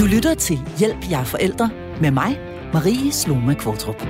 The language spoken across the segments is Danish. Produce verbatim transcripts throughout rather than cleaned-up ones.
Du lytter til Hjælp, jeg er forældre med mig, Marie Sloma Kvartrup.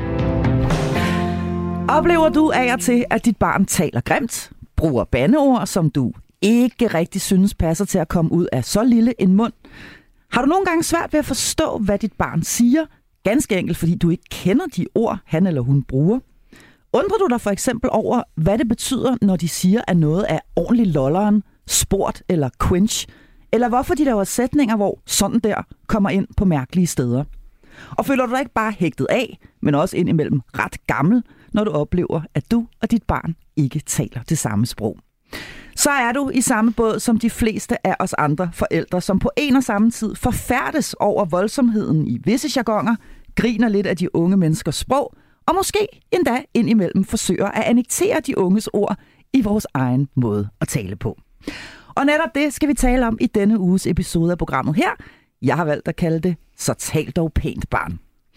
Oplever du af og til, at dit barn taler grimt, bruger bandeord, som du ikke rigtig synes passer til at komme ud af så lille en mund? Har du nogle gange svært ved at forstå, hvad dit barn siger? Ganske enkelt, fordi du ikke kender de ord, han eller hun bruger. Undrer du dig for eksempel over, hvad det betyder, når de siger, at noget er ordentligt lolleren, sport eller quench? Eller hvorfor de laver sætninger, hvor sådan der kommer ind på mærkelige steder? Og føler du dig ikke bare hægtet af, men også indimellem ret gammel, når du oplever, at du og dit barn ikke taler det samme sprog? Så er du i samme båd som de fleste af os andre forældre, som på en og samme tid forfærdes over voldsomheden i visse jargoner, griner lidt af de unge menneskers sprog, og måske endda indimellem forsøger at annektere de unges ord i vores egen måde at tale på. Og netop det skal vi tale om i denne uges episode af programmet her. Jeg har valgt at kalde det Så tal dog pænt, barn.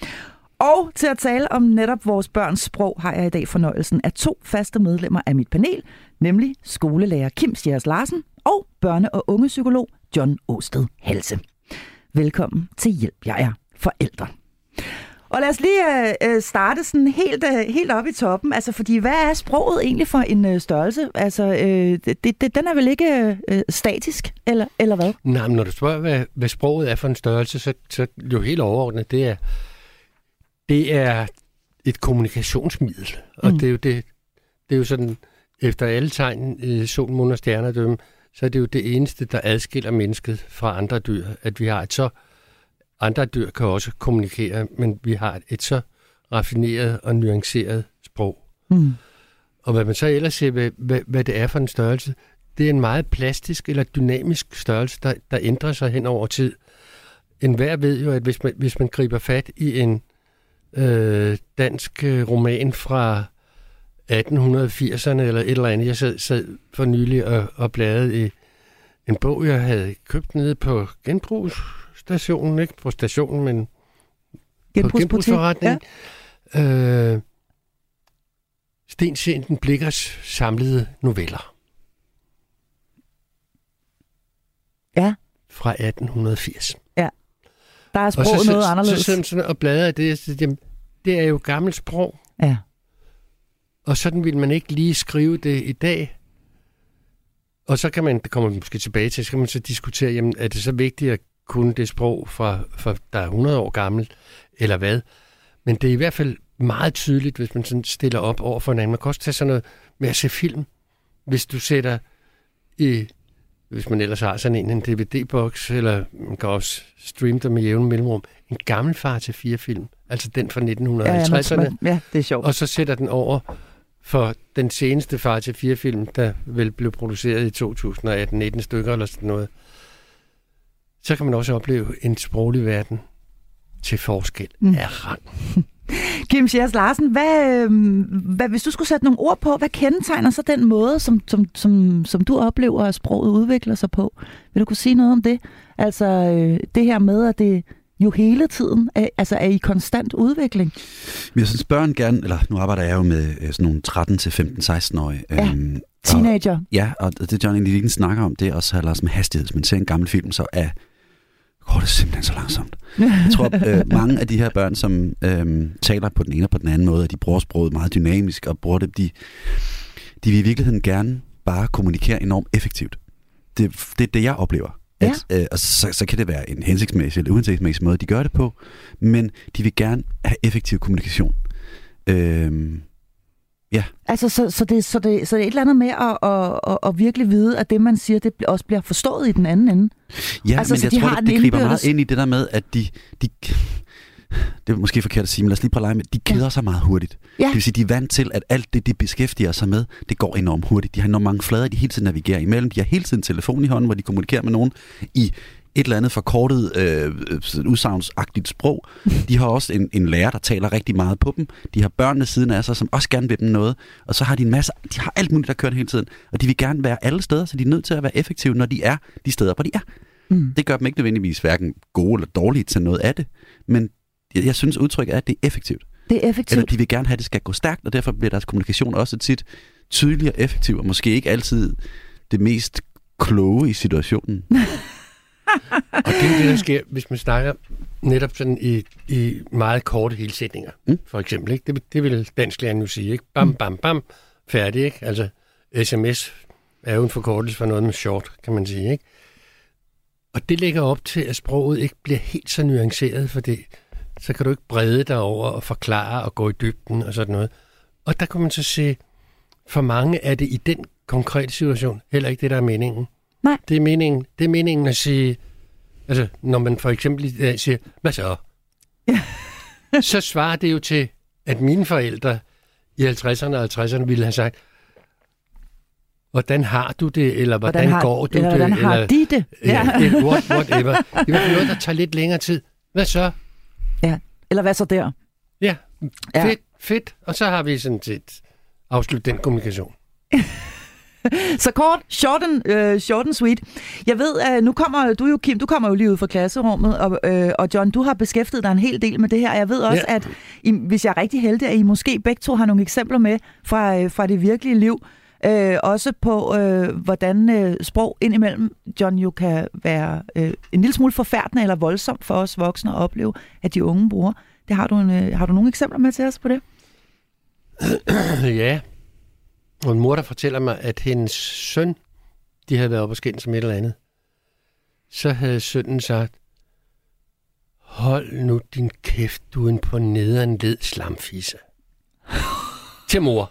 Og til at tale om netop vores børns sprog, har jeg i dag fornøjelsen af to faste medlemmer af mit panel, nemlig skolelærer Kim Stjers Larsen og børne- og ungepsykolog John Åsted Halse. Velkommen til Hjælp, jeg er forældre. Og lad os lige øh, starte sådan helt, øh, helt op i toppen, altså fordi hvad er sproget egentlig for en øh, størrelse? Altså, øh, det, det, den er vel ikke øh, statisk, eller, eller hvad? Nej, men når du spørger, hvad, hvad sproget er for en størrelse, så, så jo helt overordnet, det er, det er et kommunikationsmiddel. Og mm. det er jo det, det er jo sådan, efter alle tegn, øh, sol, måne og stjernerdømme, så er det jo det eneste, der adskiller mennesket fra andre dyr, at vi har et så Andre dyr kan også kommunikere, men vi har et så raffineret og nuanceret sprog. Mm. Og hvad man så ellers ser, hvad, hvad, hvad det er for en størrelse, det er en meget plastisk eller dynamisk størrelse, der, der ændrer sig hen over tid. Enhver ved jo, at hvis man, hvis man griber fat i en øh, dansk roman fra atten firserne eller et eller andet, jeg sad, sad for nylig og, og bladrede i en bog, jeg havde købt nede på genbrugs stationen, ikke på stationen, men på genbrugsforretning. Ja. Øh, Sten Schienten Blichers samlede noveller. Ja. Fra atten firs. Ja. Der er sproget så, noget så, anderledes. Så sådan sådan og bladrer det, så, jamen, det er jo gammelt sprog. Ja. Og sådan vil man ikke lige skrive det i dag. Og så kan man, det kommer man måske tilbage til, så kan man så diskutere, jamen, er det så vigtigt at kunne det sprog fra, fra der er hundrede år gammelt, eller hvad. Men det er i hvert fald meget tydeligt, hvis man sådan stiller op over for hinanden. Man kan også tage sådan noget med at se film. Hvis du sætter i, hvis man ellers har sådan en, en D V D-boks, eller man kan også streame dem med jævne mellemrum, en gammel far til fire film, altså den fra nitten halvtredserne. Ja, ja, ja, det er sjovt. Og så sætter den over for den seneste far til fire film, der vel blev produceret i to tusind atten, nitten stykker eller sådan noget. Så kan man også opleve en sproglig verden til forskel mm. af rang. Kim Stjers Larsen, hvad, hvad, hvis du skulle sætte nogle ord på, hvad kendetegner så den måde, som, som, som, som du oplever, at sproget udvikler sig på? Vil du kunne sige noget om det? Altså det her med, at det jo hele tiden er, altså er i konstant udvikling. Jeg synes børn gerne, eller nu arbejder jeg jo med sådan nogle tretten til femten seksten-årige. Ja, øhm, teenager. Og, ja, og det John egentlig snakker om, det er også altså med hastighed. Hvis man ser en gammel film, så er går det simpelthen så langsomt. Jeg tror, øh, mange af de her børn, som øh, taler på den ene og på den anden måde, at de bruger sproget meget dynamisk, og bruger det, de, de vil i virkeligheden gerne bare kommunikere enormt effektivt. Det er det, det, jeg oplever. Ja. At, øh, og så, så kan det være en hensigtsmæssig eller uhensigtsmæssig måde, de gør det på, men de vil gerne have effektiv kommunikation. Øh, ja. Altså, så, så, det, så, det, så det er et eller andet med at, at, at, at virkelig vide, at det, man siger, det også bliver forstået i den anden ende. Ja, altså, men jeg de tror, det, det griber indbyrdes... meget ind i det der med, at de... de det er måske forkert at sige, men lad os lige prøve at lege med, de keder ja. sig meget hurtigt. Ja. Det vil sige, de er vant til, at alt det, de beskæftiger sig med, det går enormt hurtigt. De har enormt mange flader, de hele tiden navigerer imellem. De har hele tiden telefon i hånden, hvor de kommunikerer med nogen i et eller andet forkortet, øh, udsagnsagtigt sprog. De har også en, en lærer, der taler rigtig meget på dem. De har børnene siden af sig, som også gerne vil dem noget. Og så har de en masse, de har alt muligt, der kører hele tiden. Og de vil gerne være alle steder, så de er nødt til at være effektive, når de er de steder, hvor de er. Mm. Det gør dem ikke nødvendigvis hverken gode eller dårlige til noget af det, men jeg, jeg synes udtrykket er, at det er effektivt. Det er effektivt. Eller de vil gerne have, at det skal gå stærkt, og derfor bliver deres kommunikation også tit tydelig og effektiv, og måske ikke altid det mest kloge i situationen. Og det det er det, der sker, hvis man snakker netop sådan i, i meget korte helsætninger, mm. for eksempel. Ikke? Det, det vil dansklæreren jo sige. Ikke? Bam, bam, bam, færdig. Ikke? Altså, sms er jo en forkortelse for noget med short, kan man sige. Ikke? Og det lægger op til, at sproget ikke bliver helt så nuanceret, fordi så kan du ikke brede dig over og forklare og gå i dybden og sådan noget. Og der kan man så se, for mange er det i den konkrete situation heller ikke det, der er meningen. Nej. Det er meningen, det er meningen at sige, altså når man for eksempel i dag siger, hvad så? Ja. Så svarer det jo til, at mine forældre i halvtredserne og halvtredserne ville have sagt, hvordan har du det, eller hvordan, hvordan har, går du eller, det? Hvordan har eller, de det? Ja, ja det, what, whatever. Det er noget, der tager lidt længere tid. Hvad så? Ja, eller hvad så der? Ja, ja. fedt, fedt. Og så har vi sådan set afsluttet den kommunikation. Så kort, short and, uh, short and sweet. Jeg ved, uh, nu kommer du jo, Kim, du kommer jo lige ud fra klasserummet, og, uh, og John, du har beskæftiget dig en hel del med det her. Jeg ved også, ja. at I, hvis jeg er rigtig heldig, at I måske begge to har nogle eksempler med fra, uh, fra det virkelige liv. Uh, også på, uh, hvordan uh, sprog indimellem, John, jo kan være uh, en lille smule forfærdende eller voldsomt for os voksne at opleve, at de unge bruger. Det har du, en, uh, har du nogle eksempler med til os på det? Ja. Og en mor, der fortæller mig, at hendes søn, de havde været oppe og skændt som et eller andet. Så havde sønnen sagt, hold nu din kæft, du er en på nederen led slamfisse. Til mor.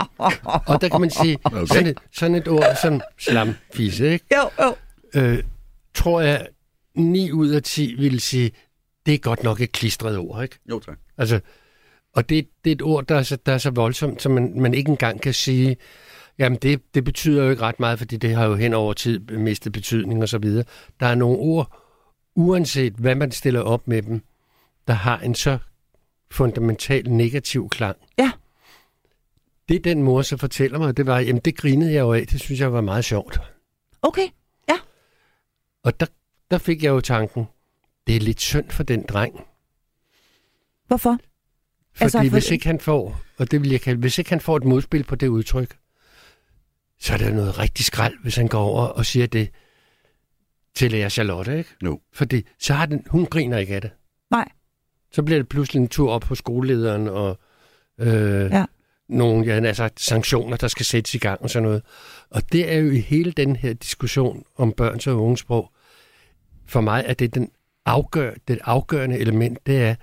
Og der kan man sige, okay. sådan, et, sådan et ord som slamfisse, ikke? Jo, jo. Øh, tror jeg, ni ud af ti vil sige, det er godt nok et klistret ord, ikke? Jo, tak. Altså, og det, det er et ord, der er så, der er så voldsomt, så man, man ikke engang kan sige, jamen det, det betyder jo ikke ret meget, fordi det har jo hen over tid mistet betydning og så videre. Der er nogle ord, uanset hvad man stiller op med dem, der har en så fundamental negativ klang. Ja. Det den mor så fortæller mig, det var, jamen det grinede jeg jo af, det synes jeg var meget sjovt. Okay, ja. Og der, der fik jeg jo tanken, det er lidt synd for den dreng. Hvorfor? Fordi altså, for... hvis ikke han får, og det vil jeg kalde, hvis ikke han får et modspil på det udtryk, så er det noget rigtig skrald, hvis han går over og siger det til lærer Charlotte, ikke? No. Fordi så har den, hun griner ikke af det. Nej. Så bliver det pludselig en tur op på skolelederen, og øh, ja. nogle ja, altså, sanktioner, der skal sættes i gang og sådan noget. Og det er jo i hele den her diskussion om børns og unges sprog, for mig er det den afgør, det afgørende element, det er,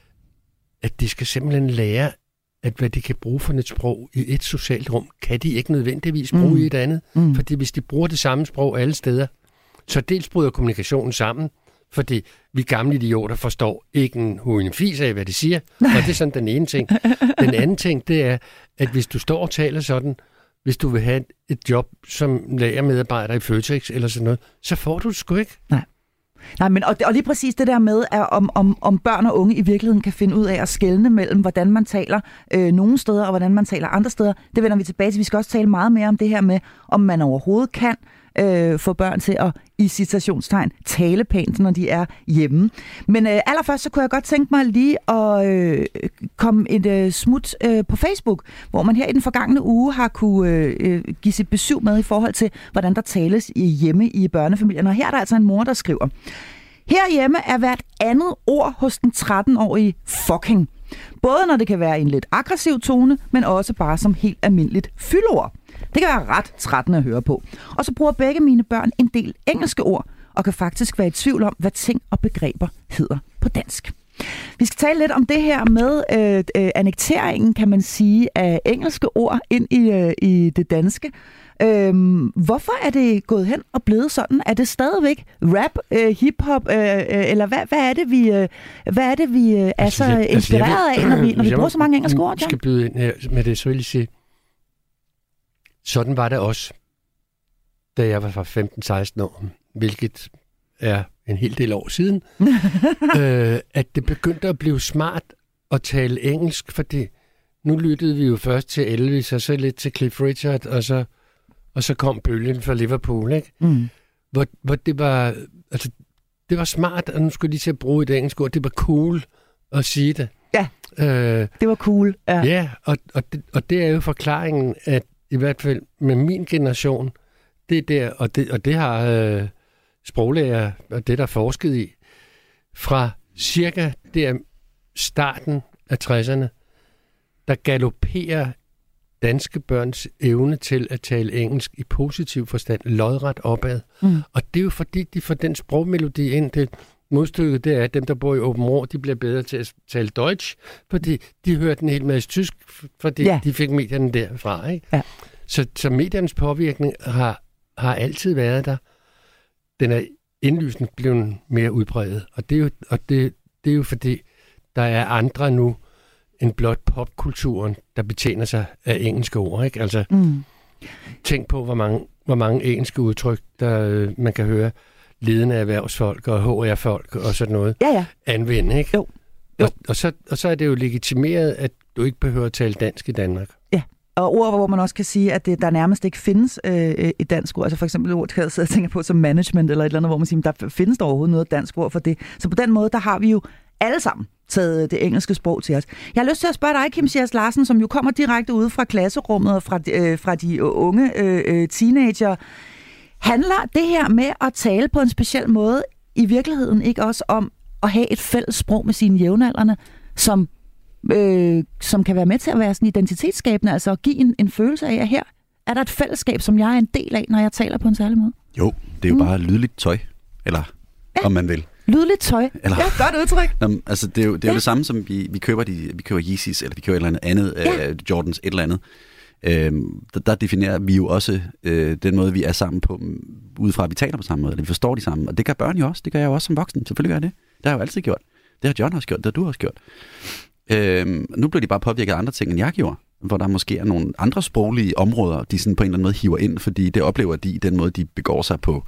at de skal simpelthen lære, at hvad de kan bruge for et sprog i et socialt rum, kan de ikke nødvendigvis bruge mm. i et andet. Mm. Fordi hvis de bruger det samme sprog alle steder, så dels bryder kommunikationen sammen, fordi vi gamle idioter forstår ikke en huden fis af, hvad de siger. Og det er sådan den ene ting. Den anden ting, det er, at hvis du står og taler sådan, hvis du vil have et job som lagermedarbejder i Føtex eller sådan noget, så får du det sgu ikke. Nej. Nej, men og, og lige præcis det der med, at om, om, om børn og unge i virkeligheden kan finde ud af at skelne mellem, hvordan man taler øh, nogle steder, og hvordan man taler andre steder, det vender vi tilbage til. Vi skal også tale meget mere om det her med, om man overhovedet kan øh, få børn til at, i citationstegn, tale pænt, når de er hjemme. Men øh, allerførst, så kunne jeg godt tænke mig lige at øh, komme et øh, smut øh, på Facebook, hvor man her i den forgangne uge har kunne øh, give sit besøg med i forhold til, hvordan der tales i hjemme i børnefamilien. Og her er der altså en mor, der skriver, herhjemme er hvert andet ord hos den tretten-årige fucking. Både når det kan være en lidt aggressiv tone, men også bare som helt almindeligt fyldord. Det kan være ret trættende at høre på. Og så bruger begge mine børn en del engelske ord, og kan faktisk være i tvivl om, hvad ting og begreber hedder på dansk. Vi skal tale lidt om det her med øh, øh, annekteringen, kan man sige, af engelske ord ind i, øh, i det danske. Øhm, hvorfor er det gået hen og blevet sådan? Er det stadigvæk rap, øh, hiphop, øh, øh, eller hvad, hvad er det, vi, øh, hvad er, det, vi øh, er altså, så jeg, inspireret altså, jeg, af, når vi, når vi bruger så mange engelske ord? Jeg skal byde ind her med det, så vil jeg sige, sådan var det også, da jeg var femten seksten år, hvilket er en hel del år siden, øh, at det begyndte at blive smart at tale engelsk, fordi nu lyttede vi jo først til Elvis, og så lidt til Cliff Richard, og så, og så kom bølgen fra Liverpool, ikke? Mm. Hvor, hvor det var, altså, det var smart, og nu skulle de til at bruge et engelsk ord, det var cool at sige det. Ja, øh, det var cool. Ja, ja og, og, det, og det er jo forklaringen, at i hvert fald med min generation, det der, og det, og det har, øh, sproglærer og det, der er forsket i, fra cirka der starten af tresserne, der galopperer danske børns evne til at tale engelsk i positiv forstand lodret opad. Mm. Og det er jo fordi, de får den sprogmelodi ind. Det modstykket, det er, at dem, der bor i Åben Rå, de bliver bedre til at tale Deutsch, fordi de hørte en hel masse tysk, fordi ja. de fik medierne derfra. Ikke? Ja. Så, så mediernes påvirkning har, har altid været der. Den er indlysende blevet mere udbredt. Og det er jo, og det, det er jo fordi, der er andre nu, end blot popkulturen, der betjener sig af engelske ord. Ikke? Altså, mm. tænk på, hvor mange, hvor mange engelske udtryk, der øh, man kan høre ledende erhvervsfolk og H R-folk og sådan noget ja, ja. anvende. Ikke? Jo. jo. Og, og, så, og så er det jo legitimeret, at du ikke behøver at tale dansk i Danmark. Ja, og ord, hvor man også kan sige, at det, der nærmest ikke findes øh, et dansk ord. Altså for eksempel ord, jeg sidder og tænker på som management eller et eller andet, hvor man siger, der findes der overhovedet noget dansk ord for det. Så på den måde, der har vi jo alle sammen taget det engelske sprog til os. Jeg har lyst til at spørge dig, Kim Schiers Larsen, som jo kommer direkte ude fra klasserummet og fra, øh, fra de unge øh, teenager. Handler det her med at tale på en speciel måde i virkeligheden ikke også om at have et fælles sprog med sine jævnaldrende, som, øh, som kan være med til at være sådan identitetsskabende, altså at give en, en følelse af, at her er der et fællesskab, som jeg er en del af, når jeg taler på en særlig måde? Jo, det er jo mm. bare lydligt tøj, eller ja. om man vil. Lydligt tøj. Eller, ja, godt udtryk. Nå, altså, det er jo det, er ja. jo det samme, som vi, vi køber de, vi køber Yeezys, eller vi køber et eller andet, ja. uh, Jordans, et eller andet. Øhm, der, der definerer vi jo også øh, den måde, vi er sammen på, udefra, at vi taler på samme måde, eller vi forstår de samme. Og det gør børn jo også. Det gør jeg jo også som voksen. Selvfølgelig gør jeg det. Det har jeg jo altid gjort. Det har John også gjort. Det har du også gjort. Øhm, nu bliver de bare påvirket af andre ting, end jeg gjorde. Hvor der måske er nogle andre sproglige områder, de sådan på en eller anden måde hiver ind, fordi det oplever de i den måde, de begår sig på.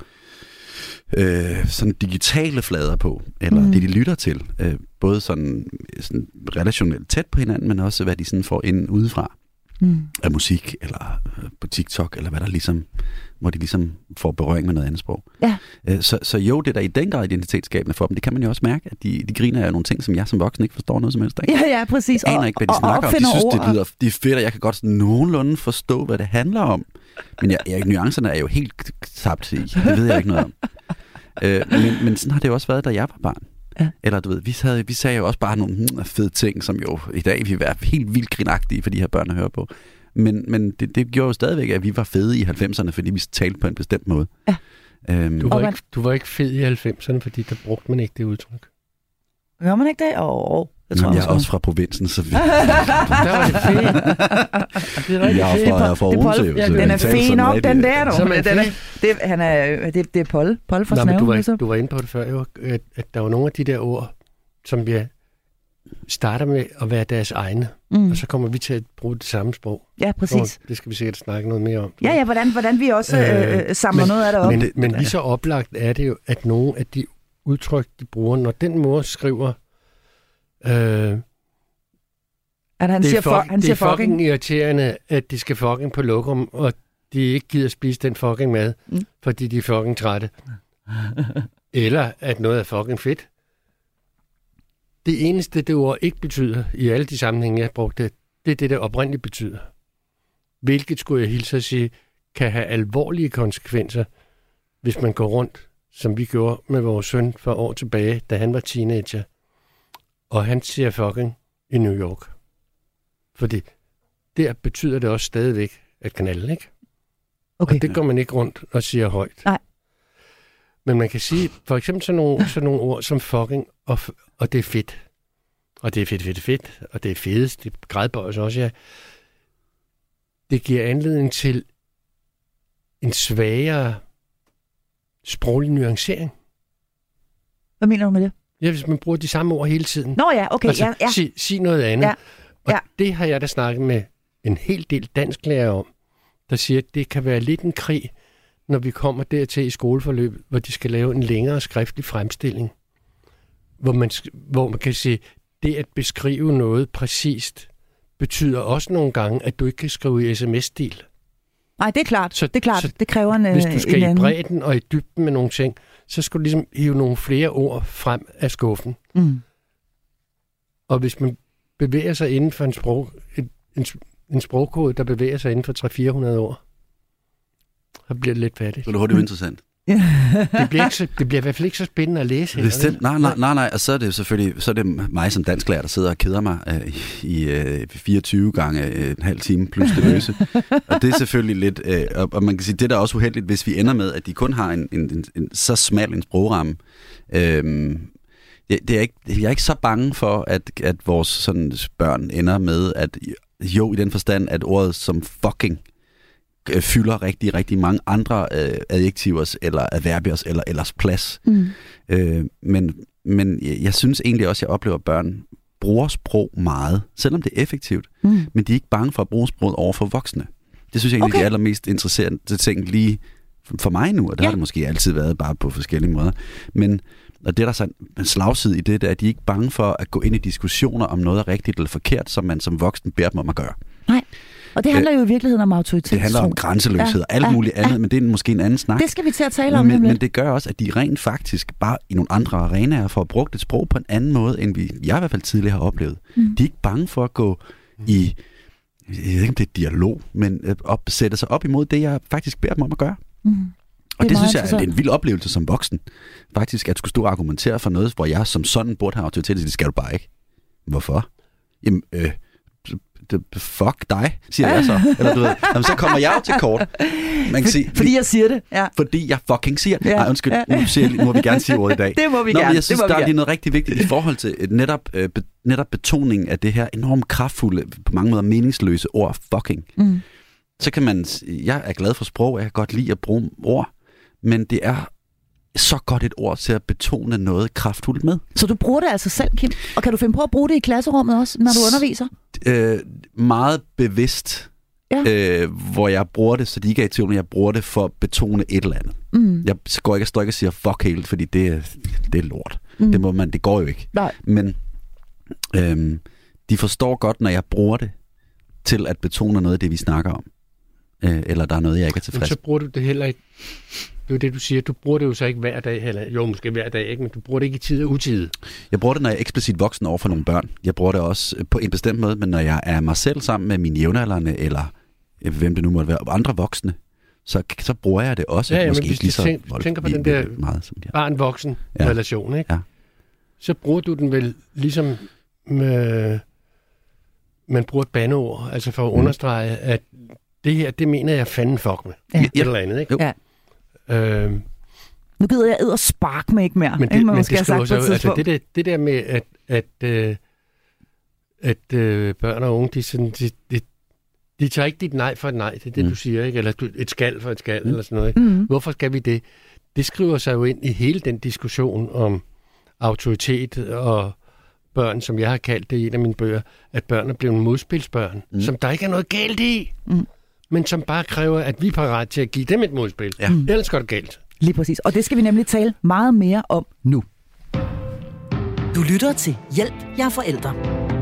Øh, sådan digitale flader på, eller mm. det, de lytter til. Øh, både sådan, sådan relationelt tæt på hinanden, men også hvad de sådan får ind udefra. Mm. Af musik, eller på TikTok, eller hvad der ligesom, hvor de ligesom får berøring med noget andet sprog. Ja. Så, så jo, det er der i den grad identitetsskabende for dem. Det kan man jo også mærke, at de, de griner af nogle ting, som jeg som voksen ikke forstår noget som helst af. Ja, ja, præcis. Jeg aner ikke, hvad de og, snakker og om. De synes, det lyder de er fedt, og jeg kan godt sådan nogenlunde forstå, hvad det handler om. Men jeg, jeg, nuancerne er jo helt tabt i. Det ved jeg ikke noget om. øh, men, men sådan har det jo også været, da jeg var barn. Ja. Eller du ved, vi, havde, vi sagde jo også bare nogle fede ting, som jo i dag vil være helt vildt grinagtige for de her børn at høre på. Men, men det, det gjorde jo stadigvæk, at vi var fede i halvfemserne, fordi vi talte på en bestemt måde. Ja. Øhm, du, var ikke, du var ikke fed i halvfemserne, fordi der brugte man ikke det udtryk. Gør man ikke det? Åh, oh, jeg tror jeg er også fra provinsen, så vi... Der var det fedt. Det er rigtig jeg er fra, fra Odense. Ja, den er fed nok, den der, du. Den er, det, han er, det, det er Polle. Polle fra Snave. Du var, du var inde på det før, jo, at, at der var nogle af de der ord, som vi starter med at være deres egne, mm. og så kommer vi til at bruge det samme sprog. Ja, præcis. Og det skal vi sikkert snakke noget mere om. Ja, ja, hvordan, hvordan vi også øh, samler men, noget af det op. Men, men lige så oplagt er det jo, at nogle af de udtryk, de bruger, når den mor skriver, øh, at han det, siger er fuck, han det siger er fucking, fucking irriterende, at de skal fucking på lokum, og de ikke gider spise den fucking mad, mm. fordi de er fucking trætte. Eller at noget er fucking fedt. Det eneste, det ord ikke betyder, i alle de sammenhænge, jeg brugte, det er det, der oprindeligt betyder. Hvilket, skulle jeg hilse at sige, kan have alvorlige konsekvenser, hvis man går rundt, som vi gjorde med vores søn for år tilbage, da han var teenager, og han siger fucking i New York. Fordi der betyder det også stadigvæk at knalde, ikke? Okay. Og det går man ikke rundt og siger højt. Nej. Men man kan sige, for eksempel sådan nogle, sådan nogle ord som fucking, og, og det er fedt. Og det er fedt, fedt, fedt. Og det er fedest. Det grædbøjes også, ja. Det giver anledning til en svagere sproglig nuancering. Hvad mener du med det? Ja, hvis man bruger de samme ord hele tiden. Nå ja, okay. Altså, ja, ja. Sig, sig noget andet. Ja, ja. Og det har jeg da snakket med en hel del dansklærer om, der siger, at det kan være lidt en krig, når vi kommer dertil i skoleforløbet, hvor de skal lave en længere skriftlig fremstilling, hvor man, hvor man kan sige, det at beskrive noget præcist, betyder også nogle gange, at du ikke kan skrive i sms-stil. Nej, det er klart. Så, det er klart. Så det kræver en hvis du skal en i bredden og i dybden med nogle ting, så skal du ligesom hive nogle flere ord frem af skuffen. Mm. Og hvis man bevæger sig inden for en, sprog, en, en, en sprogkode, der bevæger sig inden for tre hundrede til fire hundrede år, så bliver det lidt fattigt. Så det er hurtigt interessant. det, bliver ikke så, det bliver i hvert fald ikke så spændende at læse. Bestemt. Nej, nej, nej, nej. Og så er det jo selvfølgelig så er det mig som dansklærer, der sidder og keder mig øh, i øh, fireogtyve gange øh, en halv time plus det løse. Og det er selvfølgelig lidt... Øh, og, og man kan sige, det der er også uheldigt, hvis vi ender med, at de kun har en, en, en, en så smal en sprogramme. Øh, det er ikke, jeg er ikke så bange for, at, at vores sådan, børn ender med, at jo, i den forstand, at ordet som fucking fylder rigtig, rigtig mange andre øh, adjektivers eller adverbiers eller ellers plads. Mm. Øh, men, men jeg synes egentlig også, at jeg oplever, at børn bruger sprog meget, selvom det er effektivt, mm. men de er ikke bange for at bruge sproget over for voksne. Det synes jeg egentlig okay. er de allermest interesserende ting lige for mig nu, og det ja. har det måske altid været, bare på forskellige måder. Men og det er der så en slagside i det, der, at de er ikke bange for at gå ind i diskussioner om noget er rigtigt eller forkert, som man som voksen beder dem om at gøre. Nej. Og det handler jo i virkeligheden om autoritet. Det handler om grænseløshed og ja, alt muligt ja, andet, ja. men det er måske en anden snak. Det skal vi til at tale om. Men, men det gør også, at de rent faktisk bare i nogle andre arenaer får brugt et sprog på en anden måde, end vi, jeg i hvert fald tidligere har oplevet. Mm. De er ikke bange for at gå i, jeg ved ikke om det er dialog, men op, sætte sig op imod det, jeg faktisk beder dem om at gøre. Mm. Og det, det synes jeg er en vild oplevelse som voksen. Faktisk at skulle stå og argumentere for noget, hvor jeg som sådan burde have autoritet, det skal du bare ikke. Hvorfor? Jamen, øh, fuck dig, siger jeg så. Eller du ved, jamen, så kommer jeg jo til kort. Man kan sige, fordi jeg siger det. Ja. Fordi jeg fucking siger det. Ja. Nej, undskyld, nu, siger jeg, nu må vi gerne sige ordet i dag. Det må vi Nå, gerne. Men jeg synes, det der er lige noget rigtig vigtigt i forhold til netop, øh, be, netop betoningen af det her enormt kraftfulde, på mange måder meningsløse ord, fucking. Mm. Så kan man, jeg er glad for sprog, jeg kan godt lide at bruge ord, men det er så godt et ord til at betone noget kraftfuldt med. Så du bruger det altså selv, Kim? Og kan du finde på at bruge det i klasserummet også, når du underviser? Øh, meget bevidst, ja. øh, hvor jeg bruger det, så de ikke er i tvivl, jeg bruger det for at betone et eller andet. Mm. Jeg går ikke, står ikke og siger fuck helt, fordi det, det er lort. Mm. Det, må man, det går jo ikke. Nej. Men øh, de forstår godt, når jeg bruger det til at betone noget af det, vi snakker om. Øh, eller der er noget, jeg ikke er tilfreds. Men så bruger du det heller ikke. Det er jo det, du siger. Du bruger det jo så ikke hver dag heller. Jo, måske hver dag, ikke, men du bruger det ikke i tid og utid. Jeg bruger det, når jeg er eksplicit voksen over for nogle børn. Jeg bruger det også på en bestemt måde, men når jeg er mig selv sammen med mine jævnaldrende, eller hvem det nu måtte være, andre voksne, så, så bruger jeg det også. Ja, ja, måske men hvis ikke lige du tænker, så tænker på den der meget, som de barn-voksen ja. relation, ikke? Ja. Så bruger du den vel ligesom med, man bruger et bandeord, altså for at mm. understrege, at det her, det mener jeg fanden fuck med. Ja. Et eller andet, ikke? Ja. Øhm, nu gider jeg edder spark mig ikke mere. Men det, ikke, men det skriver sig ud. Altså det der, det der med, at, at, øh, at øh, børn og unge, de, sådan, de, de, de tager ikke dit nej for et nej, det er det, mm. du siger, ikke? Eller et skal for et skal, mm. eller sådan noget. Ikke? Mm. Hvorfor skal vi det? Det skriver sig jo ind i hele den diskussion om autoritet og børn, som jeg har kaldt det i en af mine bøger, at børn er blevet modspilsbørn, mm. som der ikke er noget galt i. Mm. Men som bare kræver, at vi er parat til at give dem et modspil. Ja. Mm. Ellers går det galt. Lige præcis. Og det skal vi nemlig tale meget mere om nu. Du lytter til Hjælp, jeg er forældre.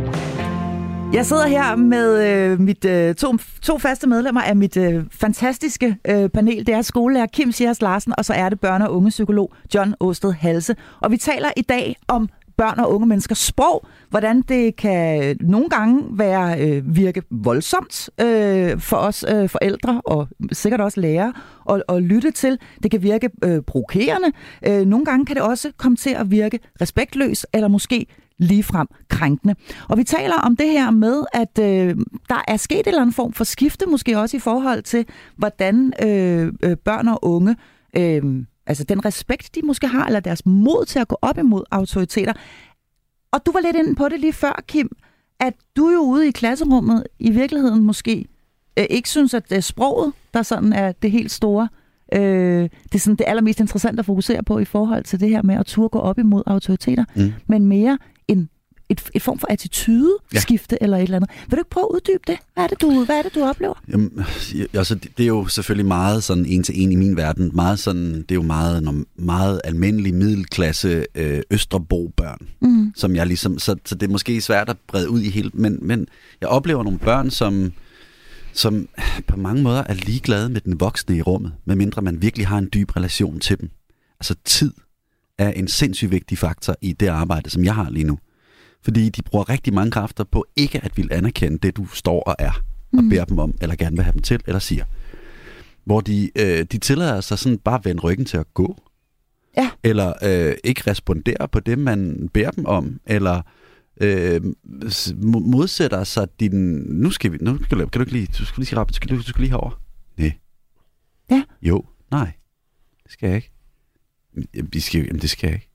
Jeg sidder her med øh, mit, øh, to, to faste medlemmer af mit øh, fantastiske øh, panel. Det er skolelærer Kim Sierras Larsen, og så er det børne- og ungepsykolog John Aasted Halse. Og vi taler i dag om børn og unge menneskers sprog, hvordan det kan nogle gange være øh, virke voldsomt øh, for os øh, forældre og sikkert også lærere at, at lytte til. Det kan virke øh, provokerende. Øh, nogle gange kan det også komme til at virke respektløs eller måske ligefrem krænkende. Og vi taler om det her med, at øh, der er sket en eller anden form for skifte, måske også i forhold til, hvordan øh, øh, børn og unge øh, altså den respekt, de måske har, eller deres mod til at gå op imod autoriteter. Og du var lidt inde på det lige før, Kim, at du jo ude i klasserummet i virkeligheden måske øh, ikke synes, at det er sproget, der sådan er det helt store. Øh, det er sådan det allermest interessante at fokusere på i forhold til det her med at turde gå op imod autoriteter, mm. men mere en Et, et form for attitudeskifte ja. eller et eller andet. Vil du ikke prøve at uddybe det? Hvad er det, du, hvad er det, du oplever? Jamen, altså, det er jo selvfølgelig meget sådan en til en i min verden. Meget sådan, det er jo meget, meget almindelig middelklasse øh, Østerbro-børn, mm. som jeg ligesom, så, så det er måske svært at brede ud i helt, men, men jeg oplever nogle børn, som, som på mange måder er ligeglade med den voksne i rummet, medmindre man virkelig har en dyb relation til dem. Altså tid er en sindssygt vigtig faktor i det arbejde, som jeg har lige nu. Fordi de bruger rigtig mange kræfter på ikke at ville anerkende det, du står og er, og mm. beder dem om, eller gerne vil have dem til, eller siger. hvor de, øh, de tillader sig sådan bare at vende ryggen til at gå. Ja. Eller øh, ikke respondere på det, man beder dem om, eller øh, modsætter sig din... Nu skal vi... Nu skal, kan du ikke lige... Du skal lige sige, Rappe, skal du, du skal lige herover. Nej. Ja. Jo. Nej. Det skal jeg ikke. Jamen, det skal, jamen, det skal jeg ikke.